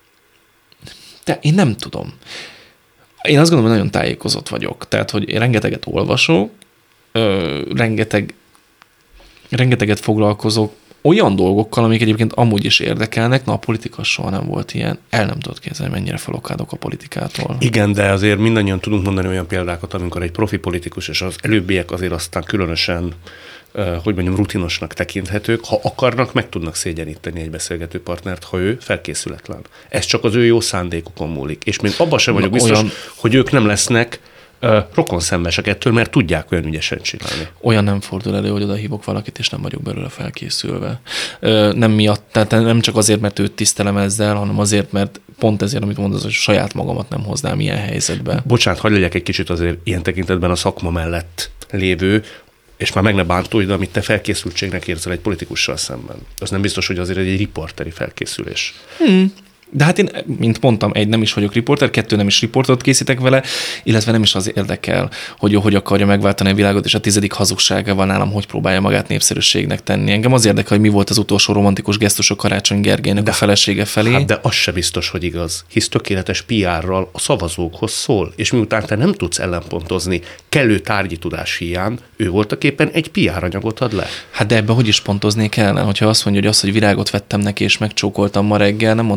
de én nem tudom. Én azt gondolom, hogy nagyon tájékozott vagyok. Tehát, hogy én rengeteget olvasok, ö, rengeteg, rengeteget foglalkozok olyan dolgokkal, amik egyébként amúgy is érdekelnek, na a politika soha nem volt ilyen. El nem tudod képzelni, mennyire felokádok a politikától. Igen, de azért mindannyian tudunk mondani olyan példákat, amikor egy profi politikus, és az előbbiek azért aztán különösen, hogy mondjam, rutinosnak tekinthetők, ha akarnak, meg tudnak szégyeníteni egy beszélgető partnert, ha ő felkészületlen. Ez csak az ő jó szándékukon múlik. És még abban sem vagyok na, biztos, olyan... hogy ők nem lesznek rokonszenvesek ettől, mert tudják olyan ügyesen csinálni. Olyan nem fordul elő, hogy oda hívok valakit, és nem vagyok belőle felkészülve. Nem miatt, tehát nem csak azért, mert őt tisztelem ezzel, hanem azért, mert pont ezért, amit mondasz, hogy saját magamat nem hoznám ilyen helyzetbe. Bocsánat, hadd legyek egy kicsit azért ilyen tekintetben a szakma mellett lévő, és már meg ne bántódj, de amit te felkészültségnek érzel egy politikussal szemben. Az nem biztos, hogy azért egy riporteri felkészülés. Hmm. De hát én, mint mondtam, egy, nem is vagyok riporter, kettő, nem is riportot készítek vele, illetve nem is az érdekel, hogy ő hogy akarja megváltani a világot, és a tizedik hazugsága van nálam, hogy próbálja magát népszerűségnek tenni. Engem az érdekel, hogy mi volt az utolsó romantikus gesztusok Karácsony Gergelynek de, a felesége felé. Hát de az se biztos, hogy igaz. Hisz tökéletes pé er-ral a szavazókhoz szól, és miután te nem tudsz ellenpontozni kellő tárgyi tudás hiány, ő voltaképpen egy pé er anyagot ad le. Hát de ebbe hogy is pontoznék ellen, hogyha azt mondja, hogy az, hogy virágot vettem neki, és megcsókoltam ma reggel, nem mondhatom azt, hogy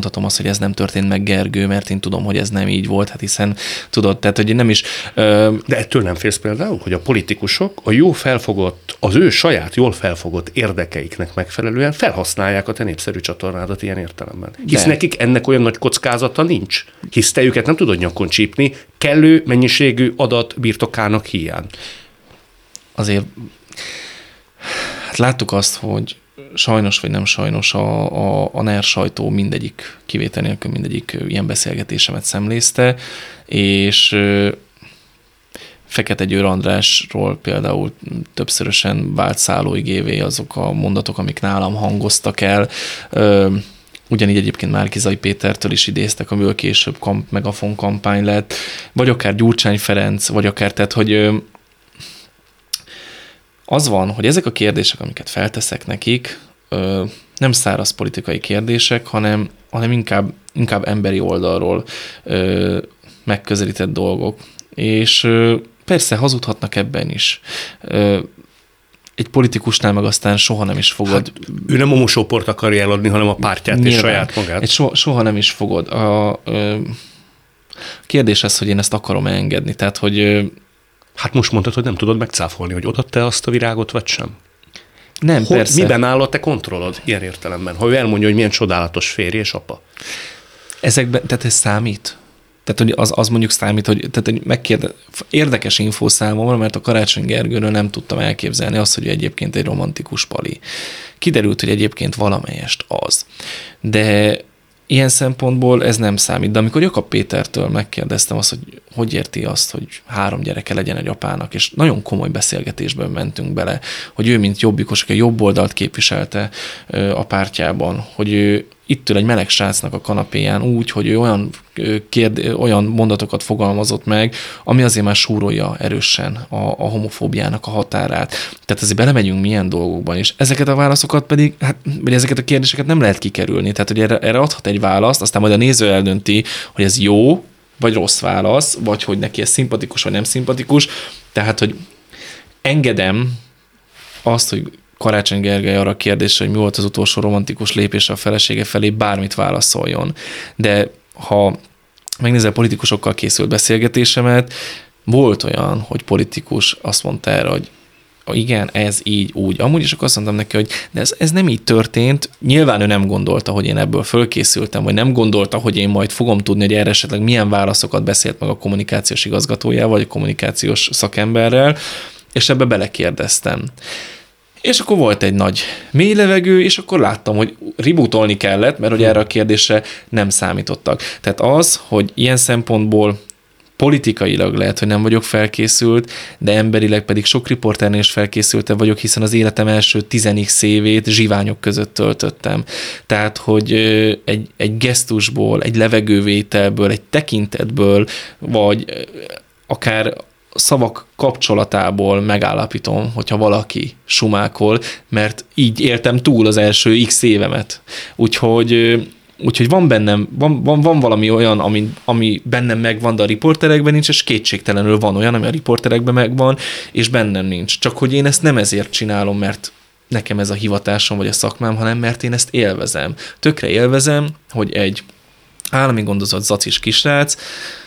hogy ez nem történt meg, Gergő, mert én tudom, hogy ez nem így volt, hát hiszen tudod, tehát hogy nem is... Ö... De ettől nem félsz például, hogy a politikusok a jó felfogott, az ő saját jól felfogott érdekeiknek megfelelően felhasználják a te népszerű csatornádat ilyen értelemben. Hisz de. Nekik ennek olyan nagy kockázata nincs. Hisz te őket nem tudod nyakon csípni, kellő mennyiségű adat birtokának hiány. Azért hát láttuk azt, hogy sajnos vagy nem sajnos a, a, a NER sajtó mindegyik kivétel nélkül mindegyik ilyen beszélgetésemet szemlézte, és Fekete Győr Andrásról például többszörösen vált szállóigévé azok a mondatok, amik nálam hangoztak el. Ugyanígy egyébként Márki-Zay Pétertől is idéztek, amiből később kamp, megafon kampány lett, vagy akár Gyurcsány Ferenc, vagy akár, tehát, hogy az van, hogy ezek a kérdések, amiket felteszek nekik, nem száraz politikai kérdések, hanem, hanem inkább, inkább emberi oldalról megközelített dolgok. És persze hazudhatnak ebben is. Egy politikusnál meg aztán soha nem is fogod... Hát, ő nem a mosóport akarja eladni, hanem a pártját nyilván, és saját magát. Egy so, soha nem is fogod. A, a kérdés az, hogy én ezt akarom engedni. Tehát, hogy... Hát most mondtad, hogy nem tudod megcáfolni, hogy odaadta azt a virágot, vagy sem? Nem, hogy, persze. Miben áll a te kontrollod ilyen értelemben? Ha ő elmondja, hogy milyen csodálatos férj és apa. Ezekben, tehát ez számít? Tehát, hogy az, az mondjuk számít, hogy, tehát, hogy megkérde, érdekes infó számomra, mert a Karácsony Gergőről nem tudtam elképzelni azt, hogy egyébként egy romantikus pali. Kiderült, hogy egyébként valamelyest az. De ilyen szempontból ez nem számít. De amikor Jakab Pétertől megkérdeztem azt, hogy hogy érti azt, hogy három gyereke legyen egy apának, és nagyon komoly beszélgetésben mentünk bele, hogy ő, mint jobbikos, aki a jobb oldalt képviselte a pártjában, hogy ő itt ül egy meleg srácnak a kanapéján úgy, hogy ő olyan, kérd, olyan mondatokat fogalmazott meg, ami azért már súrolja erősen a, a homofóbiának a határát. Tehát azért belemegyünk milyen dolgokban is. Ezeket a válaszokat pedig, hát, vagy ezeket a kérdéseket nem lehet kikerülni. Tehát, hogy erre, erre adhat egy választ, aztán majd a néző eldönti, hogy ez jó, vagy rossz válasz, vagy hogy neki ez szimpatikus, vagy nem szimpatikus. Tehát, hogy engedem azt, hogy Karácsony Gergely arra a kérdésre, hogy mi volt az utolsó romantikus lépése a felesége felé, bármit válaszoljon. De ha megnézel politikusokkal készült beszélgetésemet, volt olyan, hogy politikus azt mondta erre, hogy igen, ez így, úgy. Amúgy is akkor azt mondtam neki, hogy de ez, ez nem így történt. Nyilván ő nem gondolta, hogy én ebből fölkészültem, vagy nem gondolta, hogy én majd fogom tudni, hogy erre esetleg milyen válaszokat beszélt meg a kommunikációs igazgatójával, vagy a kommunikációs szakemberrel, és ebbe belekérdeztem. És akkor volt egy nagy mély levegő, és akkor láttam, hogy rebootolni kellett, mert hogy erre a kérdésre nem számítottak. Tehát az, hogy ilyen szempontból politikailag lehet, hogy nem vagyok felkészült, de emberileg pedig sok riporternél is felkészültebb vagyok, hiszen az életem első tizenik évét zsiványok között töltöttem. Tehát, hogy egy, egy gesztusból, egy levegővételből, egy tekintetből, vagy akár szavak kapcsolatából megállapítom, hogyha valaki sumákol, mert így éltem túl az első x évemet. Úgyhogy, úgyhogy van bennem, van, van, van valami olyan, ami, ami bennem megvan, de a riporterekben nincs, és kétségtelenül van olyan, ami a riporterekben megvan, és bennem nincs. Csak hogy én ezt nem ezért csinálom, mert nekem ez a hivatásom, vagy a szakmám, hanem mert én ezt élvezem. Tökre élvezem, hogy egy állami gondozott zacis kisrác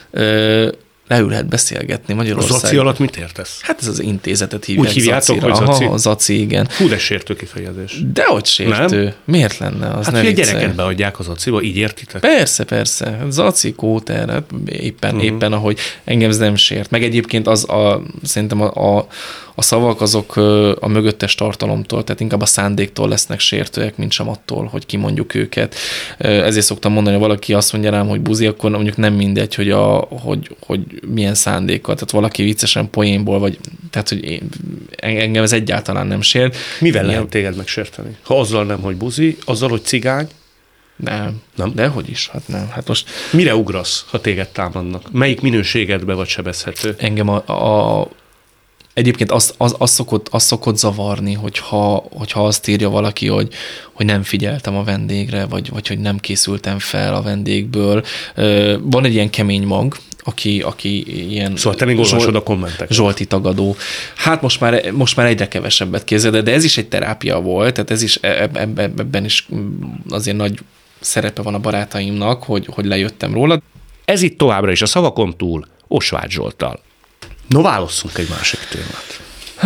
ö, leülhet beszélgetni Magyarországon. A zaci alatt mit értesz? Hát ez az intézetet hívják. Úgy hívjátok, hogy zaci? Aha, zaci, igen. Hú, de sértő kifejezés. Dehogy sértő. Nem? Miért lenne? Az hát, hogy a gyereket beadják a zaciba, így értitek? Persze, persze. Zaci, kóter, hát éppen, uh-huh. éppen ahogy engem ez nem sért. Meg egyébként az a, szerintem a, a, a szavak azok a mögöttes tartalomtól, tehát inkább a szándéktól lesznek sértőek, mint sem attól, hogy kimondjuk őket. Ezért szoktam mondani, hogy valaki azt mondja rám, hogy buzi, akkor mondjuk nem mindegy, hogy, a, hogy, hogy milyen szándékkal. Tehát valaki viccesen poénból, vagy tehát, hogy én, engem ez egyáltalán nem sért. Mivel lehet téged megsérteni? Ha azzal nem, hogy buzi, azzal, hogy cigány? Nem. Nem? De hogy is? Hát nem. Hát most... Mire ugrasz, ha téged támadnak? Melyik minőségedbe vagy sebezhető? Engem a, a Egyébként azt, az, az, szokott, az szokott zavarni, hogyha, hogyha azt írja valaki, hogy, hogy nem figyeltem a vendégre, vagy, vagy hogy nem készültem fel a vendégből. Van egy ilyen kemény mag, aki, aki ilyen... Szóval te még olvasod a kommenteket. Zsolti tagadó. Hát most már, most már egyre kevesebbet képzeld, de ez is egy terápia volt, tehát ez is ebben, ebben is azért nagy szerepe van a barátaimnak, hogy, hogy lejöttem róla. Ez itt továbbra is a szavakon túl Osváth Zsolttal. No, válasszunk egy másik témát.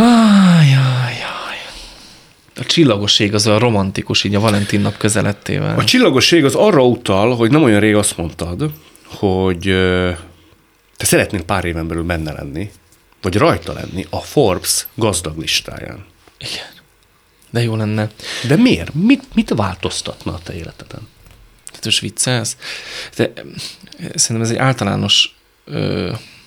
Ajajaj. A csillagoség az olyan romantikus, így a Valentin nap közelettével. A csillagosság az arra utal, hogy nem olyan rég azt mondtad, hogy te szeretnél pár éven belül benne lenni, vagy rajta lenni a Forbes gazdag listáján. Igen. De jó lenne. De miért? Mit, mit változtatna a te életeden? Tehát most viccelsz? De szerintem ez egy általános... Ö,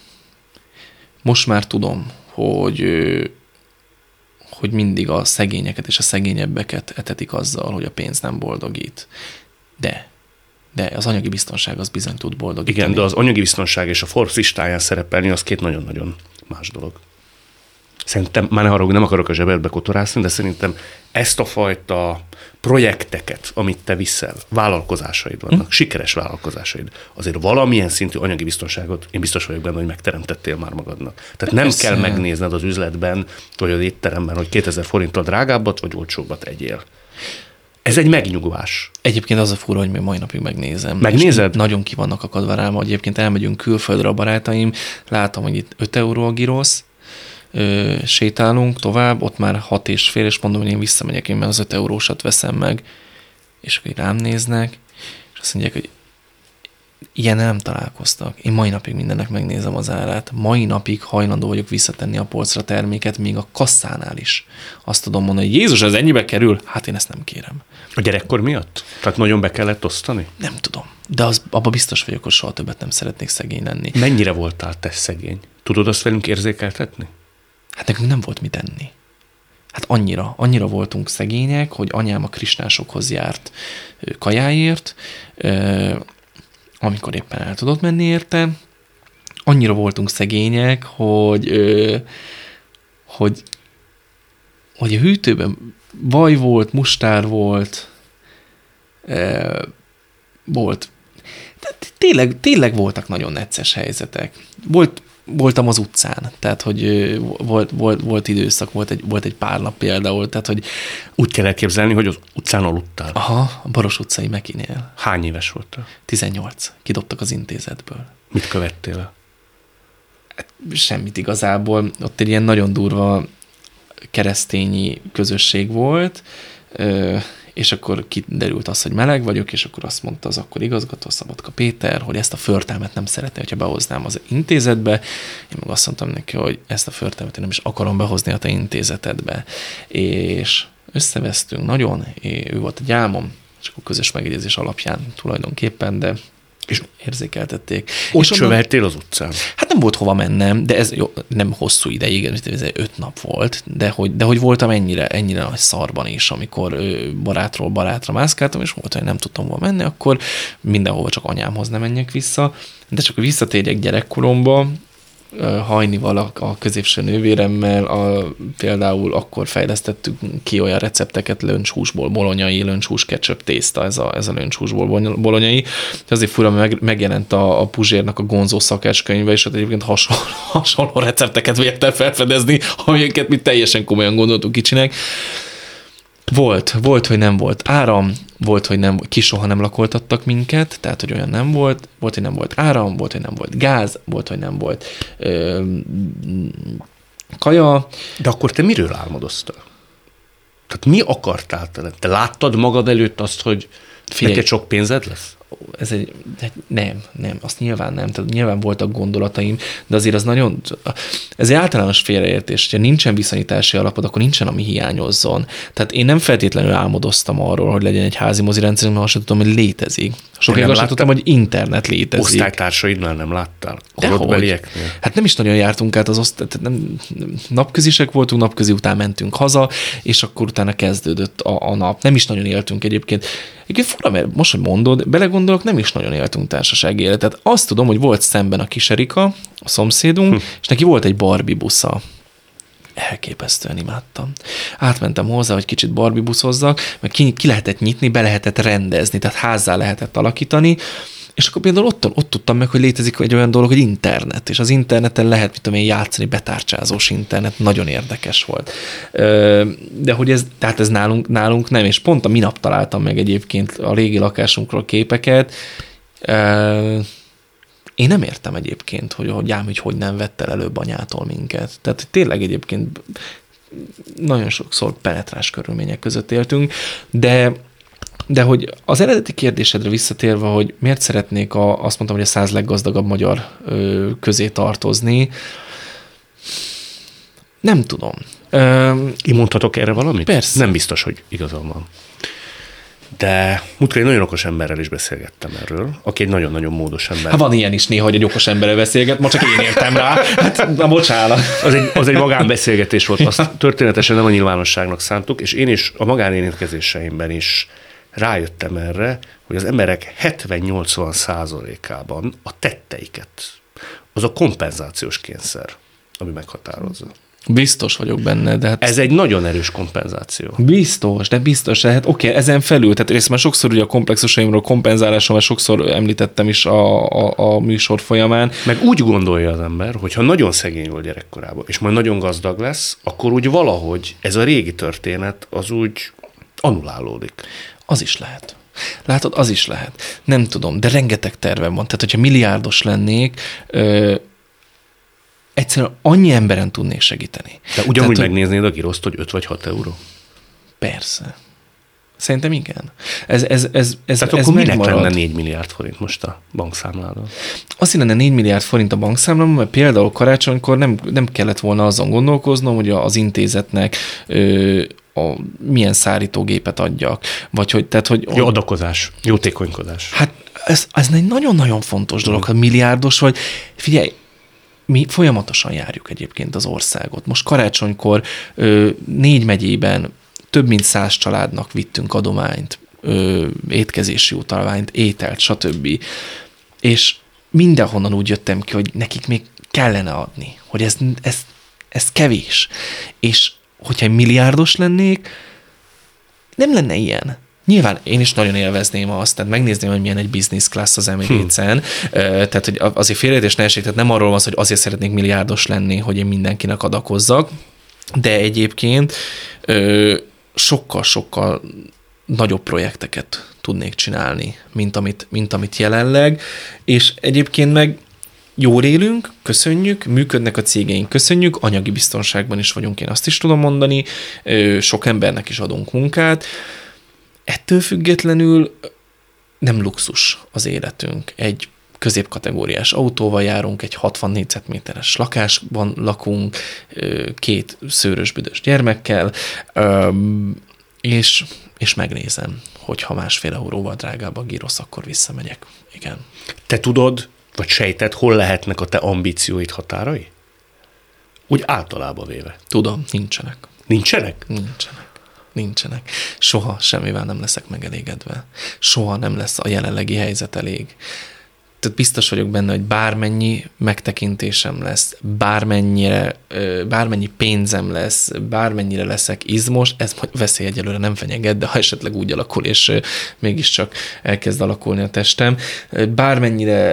most már tudom, hogy... Ö, hogy mindig a szegényeket és a szegényebbeket etetik azzal, hogy a pénz nem boldogít. De, de az anyagi biztonság az bizony tud boldogítani. Igen, de az anyagi biztonság és a Forbes listáján szerepelni az két nagyon-nagyon más dolog. Szerintem, már ne haragudj, nem akarok a zsebedbe kotorászni, de szerintem ezt a fajta projekteket, amit te viszel, vállalkozásaid vannak, hm? sikeres vállalkozásaid, azért valamilyen szintű anyagi biztonságot, én biztos vagyok benne, hogy megteremtettél már magadnak. Tehát nem Persze. kell megnézned az üzletben, vagy az étteremben, hogy kétezer forinttal drágábbat, vagy olcsóbbat egyél. Ez egy megnyugvás. Egyébként az a fura, hogy még mai napig megnézem. Megnézed? Nagyon ki vannak akadva rám, hogy egyébként elmegyünk külföldre a barátaim, látom, hogy itt öt euró a girosz, Ö, sétálunk tovább, ott már hat és fél, és mondom, hogy én visszamegyek, én mert az öt eurósat veszem meg, és akkor rám néznek, és azt mondják, hogy ilyen nem találkoztak. Én mai napig mindennek megnézem az árát. Mai napig hajlandó vagyok visszatenni a polcra terméket, még a kasszánál is. Azt tudom mondani, hogy Jézus, ez ennyibe kerül? Hát én ezt nem kérem. A gyerekkor miatt? Tehát nagyon be kellett osztani? Nem tudom. De az, abban biztos vagyok, hogy soha többet nem szeretnék szegény lenni. Mennyire voltál te szegény? Tudod azt velünk érzékeltetni? Hát nekünk nem volt mit enni. Hát annyira, annyira voltunk szegények, hogy anyám a krisnásokhoz járt kajáért, amikor éppen el tudott menni érte. Annyira voltunk szegények, hogy, hogy, hogy a hűtőben vaj volt, mustár volt, volt. Tehát tényleg, tényleg voltak nagyon necces helyzetek. Volt Voltam az utcán, tehát, hogy volt, volt, volt időszak, volt egy, volt egy pár nap például, tehát, hogy... Úgy kell elképzelni, hogy az utcán aludtál. Aha, a Baros utcai Mekinél. Hány éves voltál? tizennyolc. Kidobtak az intézetből. Mit követtél el? Hát, semmit igazából. Ott egy ilyen nagyon durva keresztényi közösség volt, és akkor kiderült az, hogy meleg vagyok, és akkor azt mondta az akkor igazgató, Szabadka Péter, hogy ezt a förtelmet nem szeretné, hogyha behoznám az intézetbe. Én meg azt mondtam neki, hogy ezt a förtelmet én nem is akarom behozni a te intézetedbe. És összevesztünk nagyon, ő volt a gyámom, és akkor közös megegyezés alapján tulajdonképpen, de és érzékeltették. Ott csöveltél az utcán? Hát nem volt hova mennem, de ez jó, nem hosszú ideig, ez öt nap volt, de hogy, de hogy voltam ennyire, ennyire nagy szarban is, amikor barátról barátra mászkáltam, és volt, hogy nem tudtam hova menni, akkor mindenhova csak anyámhoz nem menjek vissza, de csak visszatérjek gyerekkoromba, Hajnival, a, a középső nővéremmel, a, például akkor fejlesztettük ki olyan recepteket, löncshúsból bolonyai, löncshús ketchup tészta, ez a, ez a löncshúsból bolonyai. Azért fura, meg, megjelent a, a Puzsérnak a Gonzó szakácskönyve, és hát egyébként hasonló, hasonló recepteket véltem felfedezni, amiket mi teljesen komolyan gondoltuk kicsinek. Volt, volt, hogy nem volt áram, volt, hogy nem, ki soha nem lakoltattak minket, tehát, hogy olyan nem volt, volt, hogy nem volt áram, volt, hogy nem volt gáz, volt, hogy nem volt ö, kaja. De akkor te miről álmodoztál? Tehát mi akartál te? Te láttad magad előtt azt, hogy Figyelj, neked sok pénzed lesz? Ez egy, nem, nem, azt nyilván nem. Tehát nyilván voltak gondolataim, de azért az nagyon, ez egy általános félreértés. Ha nincsen viszonyítási alapod, akkor nincsen, ami hiányozzon. Tehát én nem feltétlenül álmodoztam arról, hogy legyen egy házi mozi rendszer, mert azt sem tudom, hogy létezik. Sokáig azt tudtam, hogy internet létezik. Osztálytársaidnál nem láttál? Korodbelieknél? Hát nem is nagyon jártunk át az osztály, nem, napközisek voltunk, napközi után mentünk haza, és akkor utána kezdődött a, a nap. Nem is nagyon éltünk egyébként. Egyébként fura, mert most, hogy mondod, belegondolok, nem is nagyon éltünk társasági életet. Azt tudom, hogy volt szemben a kis Erika, a szomszédunk, hm. és neki volt egy Barbie busza. Elképesztően imádtam. Átmentem hozzá, hogy kicsit barbibuszozzak, meg ki, ki lehetett nyitni, be lehetett rendezni, tehát házzá lehetett alakítani, És akkor például ott, ott tudtam meg, hogy létezik egy olyan dolog, hogy internet, és az interneten lehet, mit tudom én, játszani, betárcsázós internet, nagyon érdekes volt. De hogy ez, tehát ez nálunk, nálunk nem, és pont a minap találtam meg egyébként a régi lakásunkról képeket. Én nem értem egyébként, hogy, hogy ám, hogy hogy nem vett el előbb anyától minket. Tehát tényleg egyébként nagyon sokszor penetrás körülmények között éltünk, de De hogy az eredeti kérdésedre visszatérve, hogy miért szeretnék a, azt mondtam, hogy a száz leggazdagabb magyar ö, közé tartozni, nem tudom. Ö, Én mondhatok erre valamit? Persze. Nem biztos, hogy igazam van. De múltkor egy nagyon okos emberrel is beszélgettem erről, aki egy nagyon-nagyon módos ember. Hát van ilyen is néha, hogy egy okos emberrel beszélget, most csak én értem rá. Hát, na bocsánat. Az egy, az egy magánbeszélgetés volt, azt történetesen nem a nyilvánosságnak szántuk, és én is a magánérintkezéseimben is rájöttem erre, hogy az emberek hetven-nyolcvan százalékában a tetteiket, az a kompenzációs kényszer, ami meghatározza. Biztos vagyok benne, de hát... Ez egy nagyon erős kompenzáció. Biztos, de biztos, hát oké, okay, ezen felül, tehát részt már sokszor ugye a komplexusaimról, kompenzálásomról sokszor említettem is a, a, a műsor folyamán. Meg úgy gondolja az ember, hogy ha nagyon szegény volt gyerekkorában, és majd nagyon gazdag lesz, akkor úgy valahogy ez a régi történet az úgy annulálódik. Az is lehet. Látod, az is lehet. Nem tudom, de rengeteg tervem van. Tehát, hogyha milliárdos lennék, ö, egyszerűen annyi emberen tudnék segíteni. De ugyanúgy Tehát, megnéznéd a giroszt, hogy öt vagy hat euró? Persze. Szerintem igen. Ez, ez, ez, ez, Tehát ez akkor minek megmarad. lenne négy milliárd forint most a bankszámládon? Azt lenne négy milliárd forint a bankszámlám, mert például karácsonykor nem, nem kellett volna azon gondolkoznom, hogy az intézetnek ö, a, milyen szárítógépet adjak. Vagy hogy, tehát, hogy, Jó adakozás, jótékonykodás. Hát ez, ez egy nagyon-nagyon fontos dolog, ha milliárdos vagy. Figyelj, mi folyamatosan járjuk egyébként az országot. Most karácsonykor ö, négy megyében több mint száz családnak vittünk adományt, ö, étkezési utalványt, ételt, stb. És mindenhonnan úgy jöttem ki, hogy nekik még kellene adni, hogy ez, ez, ez kevés. És hogyha egy milliárdos lennék, nem lenne ilyen. Nyilván én is nagyon élvezném azt, tehát megnézném, hogy milyen egy business class az Emirates-en, hm. tehát hogy azért félreértés ne esik, tehát nem arról van szó, hogy azért szeretnék milliárdos lenni, hogy én mindenkinek adakozzak, de egyébként sokkal-sokkal nagyobb projekteket tudnék csinálni, mint amit, mint amit jelenleg, és egyébként meg jól élünk, köszönjük, működnek a cégeink, köszönjük, anyagi biztonságban is vagyunk, én azt is tudom mondani, sok embernek is adunk munkát. Ettől függetlenül nem luxus az életünk. Egy középkategóriás autóval járunk, egy hatvan négyzetméteres lakásban lakunk, két szőrös büdös gyermekkel, és, és megnézem, hogy ha másfél euróval drágább a gyrosz, akkor visszamegyek. Igen. Te tudod, vagy sejted, hol lehetnek a te ambícióid határai? Úgy általában véve. Tudom, nincsenek. Nincsenek? Nincsenek. Nincsenek. Soha semmivel nem leszek megelégedve. Soha nem lesz a jelenlegi helyzet elég. Tehát biztos vagyok benne, hogy bármennyi megtekintésem lesz, bármennyire, bármennyi pénzem lesz, bármennyire leszek izmos, ez veszély egyelőre nem fenyeget, de ha esetleg úgy alakul, és mégiscsak elkezd alakulni a testem, bármennyire,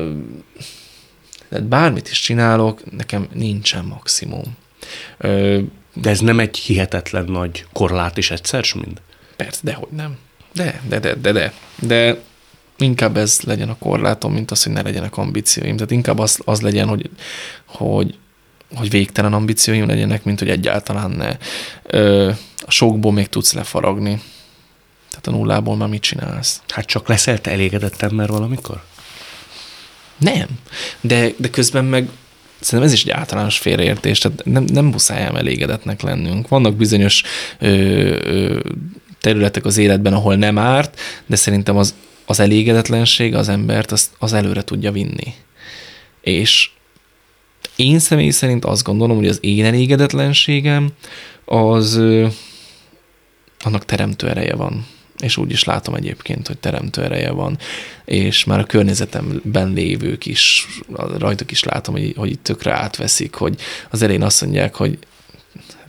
bármit is csinálok, nekem nincsen maximum. De ez nem egy hihetetlen nagy korlát is egyszer, mind? Persze, dehogy nem. De, de, de, de, de. De inkább ez legyen a korlátom, mint az, hogy ne legyenek ambícióim. Tehát inkább az, az legyen, hogy, hogy, hogy végtelen ambícióim legyenek, mint hogy egyáltalán ne. Ö, a sokból még tudsz lefaragni. Tehát a nullából már mit csinálsz? Hát csak leszel te elégedett ember valamikor? Nem. De, de közben meg szerintem ez is egy általános félreértés, tehát nem, nem muszáj elégedetnek lennünk. Vannak bizonyos ö, ö, területek az életben, ahol nem árt, de szerintem az, az elégedetlenség az embert az, az előre tudja vinni. És én személy szerint azt gondolom, hogy az én elégedetlenségem az ö, annak teremtő ereje van. És úgy is látom egyébként, hogy teremtő ereje van, és már a környezetemben lévők is, rajtuk is látom, hogy, hogy tökre átveszik, hogy az elején azt mondják, hogy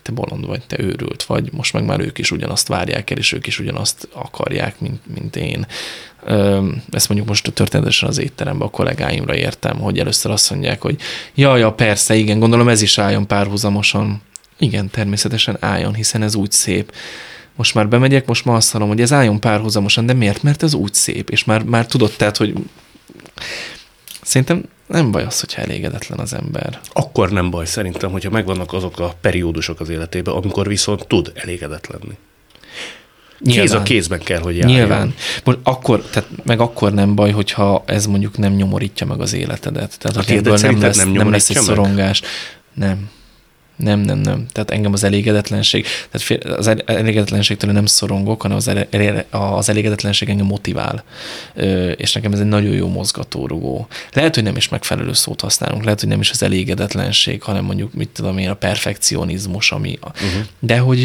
te bolond vagy, te őrült vagy, most meg már ők is ugyanazt várják el, és ők is ugyanazt akarják, mint, mint én. Ezt mondjuk most történetesen az étteremben a kollégáimra értem, hogy először azt mondják, hogy ja, ja, persze, igen, gondolom ez is álljon párhuzamosan. Igen, természetesen álljon, hiszen ez úgy szép. Most már bemegyek, most már azt mondom, hogy ez álljon párhuzamosan, de miért? Mert ez úgy szép, és már, már tudod, tehát, hogy szerintem nem baj az, hogyha elégedetlen az ember. Akkor nem baj szerintem, hogyha megvannak azok a periódusok az életében, amikor viszont tud elégedett lenni. Nyilván. Kéz a kézben kell, hogy járjon. Nyilván. Most akkor, tehát meg akkor nem baj, hogyha ez mondjuk nem nyomorítja meg az életedet. Tehát, hogy ebből nem lesz, nem, nem lesz egy szorongás. Nem. Nem, nem, nem. Tehát engem az elégedetlenség, tehát az elégedetlenségtől nem szorongok, hanem az, ele, az elégedetlenség engem motivál. És nekem ez egy nagyon jó mozgatórugó. Lehet, hogy nem is megfelelő szót használunk, lehet, hogy nem is az elégedetlenség, hanem mondjuk, mit tudom én, a perfekcionizmus, ami... Uh-huh. De hogy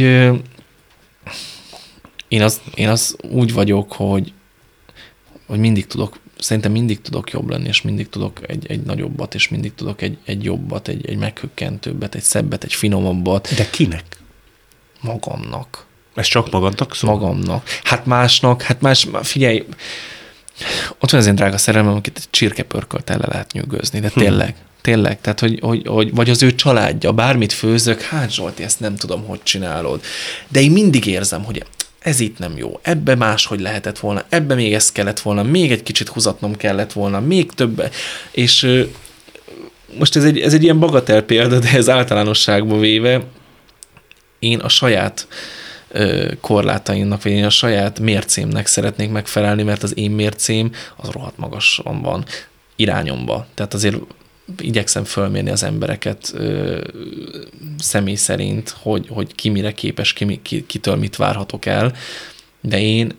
én az, én az úgy vagyok, hogy, hogy mindig tudok, szerintem mindig tudok jobb lenni, és mindig tudok egy, egy nagyobbat, és mindig tudok egy, egy jobbat, egy, egy meghökkentőbbet, egy szebbet, egy finomabbat. De kinek? Magamnak. Ez csak magadnak szól? Magamnak. Hát másnak, hát más, figyelj, ott van az én drága szerelmem, akit egy csirkepörkölt el lehet nyűgözni, de tényleg, hm. tényleg, tehát, hogy, hogy, hogy, vagy az ő családja, bármit főzök, hát Zsolti, ezt nem tudom, hogy csinálod. De én mindig érzem, hogy ez itt nem jó, ebbe máshogy lehetett volna, ebbe még ezt kellett volna, még egy kicsit húzatnom kellett volna, még többe. És ö, most ez egy, ez egy ilyen bagatel példa, de ez általánosságban véve én a saját ö, korlátaimnak, vagy én a saját mércémnek szeretnék megfelelni, mert az én mércém az rohadt magasan van irányomba. Tehát azért igyekszem fölmérni az embereket ö, személy szerint, hogy, hogy ki mire képes, ki, ki, kitől mit várhatok el, de én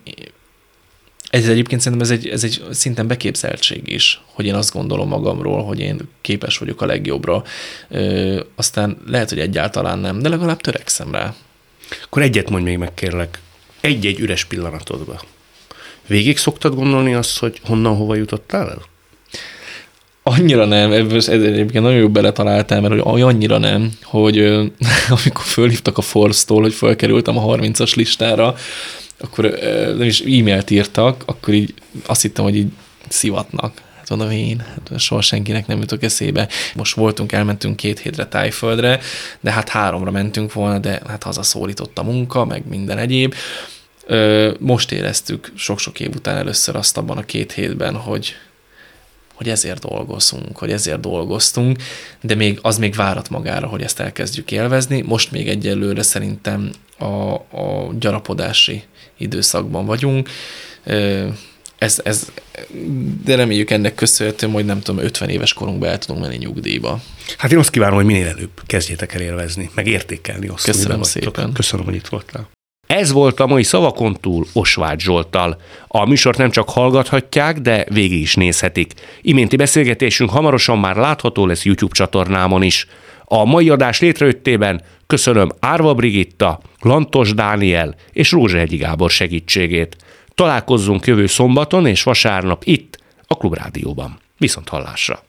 ez egyébként szerintem ez egy, ez egy szinten beképzeltség is, hogy én azt gondolom magamról, hogy én képes vagyok a legjobbra. Ö, aztán lehet, hogy egyáltalán nem, de legalább törekszem rá. Akkor egyet mondj még meg, kérlek. Egy-egy üres pillanatodba. Végig szoktad gondolni azt, hogy honnan, hova jutottál el? Annyira nem, ebből egyébként nagyon jó beletaláltál, mert hogy annyira nem, hogy amikor fölhívtak a Forbes-tól, hogy fölkerültem a harmincas listára, akkor nem is e-mailt írtak, akkor így azt hittem, hogy így szivatnak. Hát mondom én, hát soha senkinek nem jutok eszébe. Most voltunk, elmentünk két hétre Tájföldre, de hát háromra mentünk volna, de hát hazaszólított a munka, meg minden egyéb. Most éreztük sok-sok év után először azt abban a két hétben, hogy hogy ezért dolgozunk, hogy ezért dolgoztunk, de még, az még várat magára, hogy ezt elkezdjük élvezni. Most még egyelőre szerintem a, a gyarapodási időszakban vagyunk. Ez, ez, de reméljük ennek köszönhetően, hogy nem tudom, ötven éves korunkban el tudunk menni nyugdíjba. Hát én azt kívánom, hogy minél előbb kezdjétek el élvezni, meg értékelni azt. Köszönöm szépen. Köszönöm, hogy itt voltál. Ez volt a mai Szavakon túl Osváth Zsolttal. A műsort nem csak hallgathatják, de végig is nézhetik. Iménti beszélgetésünk hamarosan már látható lesz YouTube csatornámon is. A mai adás létrejöttében köszönöm Árva Brigitta, Lantos Dániel és Rózsahegyi Gábor segítségét. Találkozzunk jövő szombaton és vasárnap itt, a Klubrádióban. Viszont hallásra!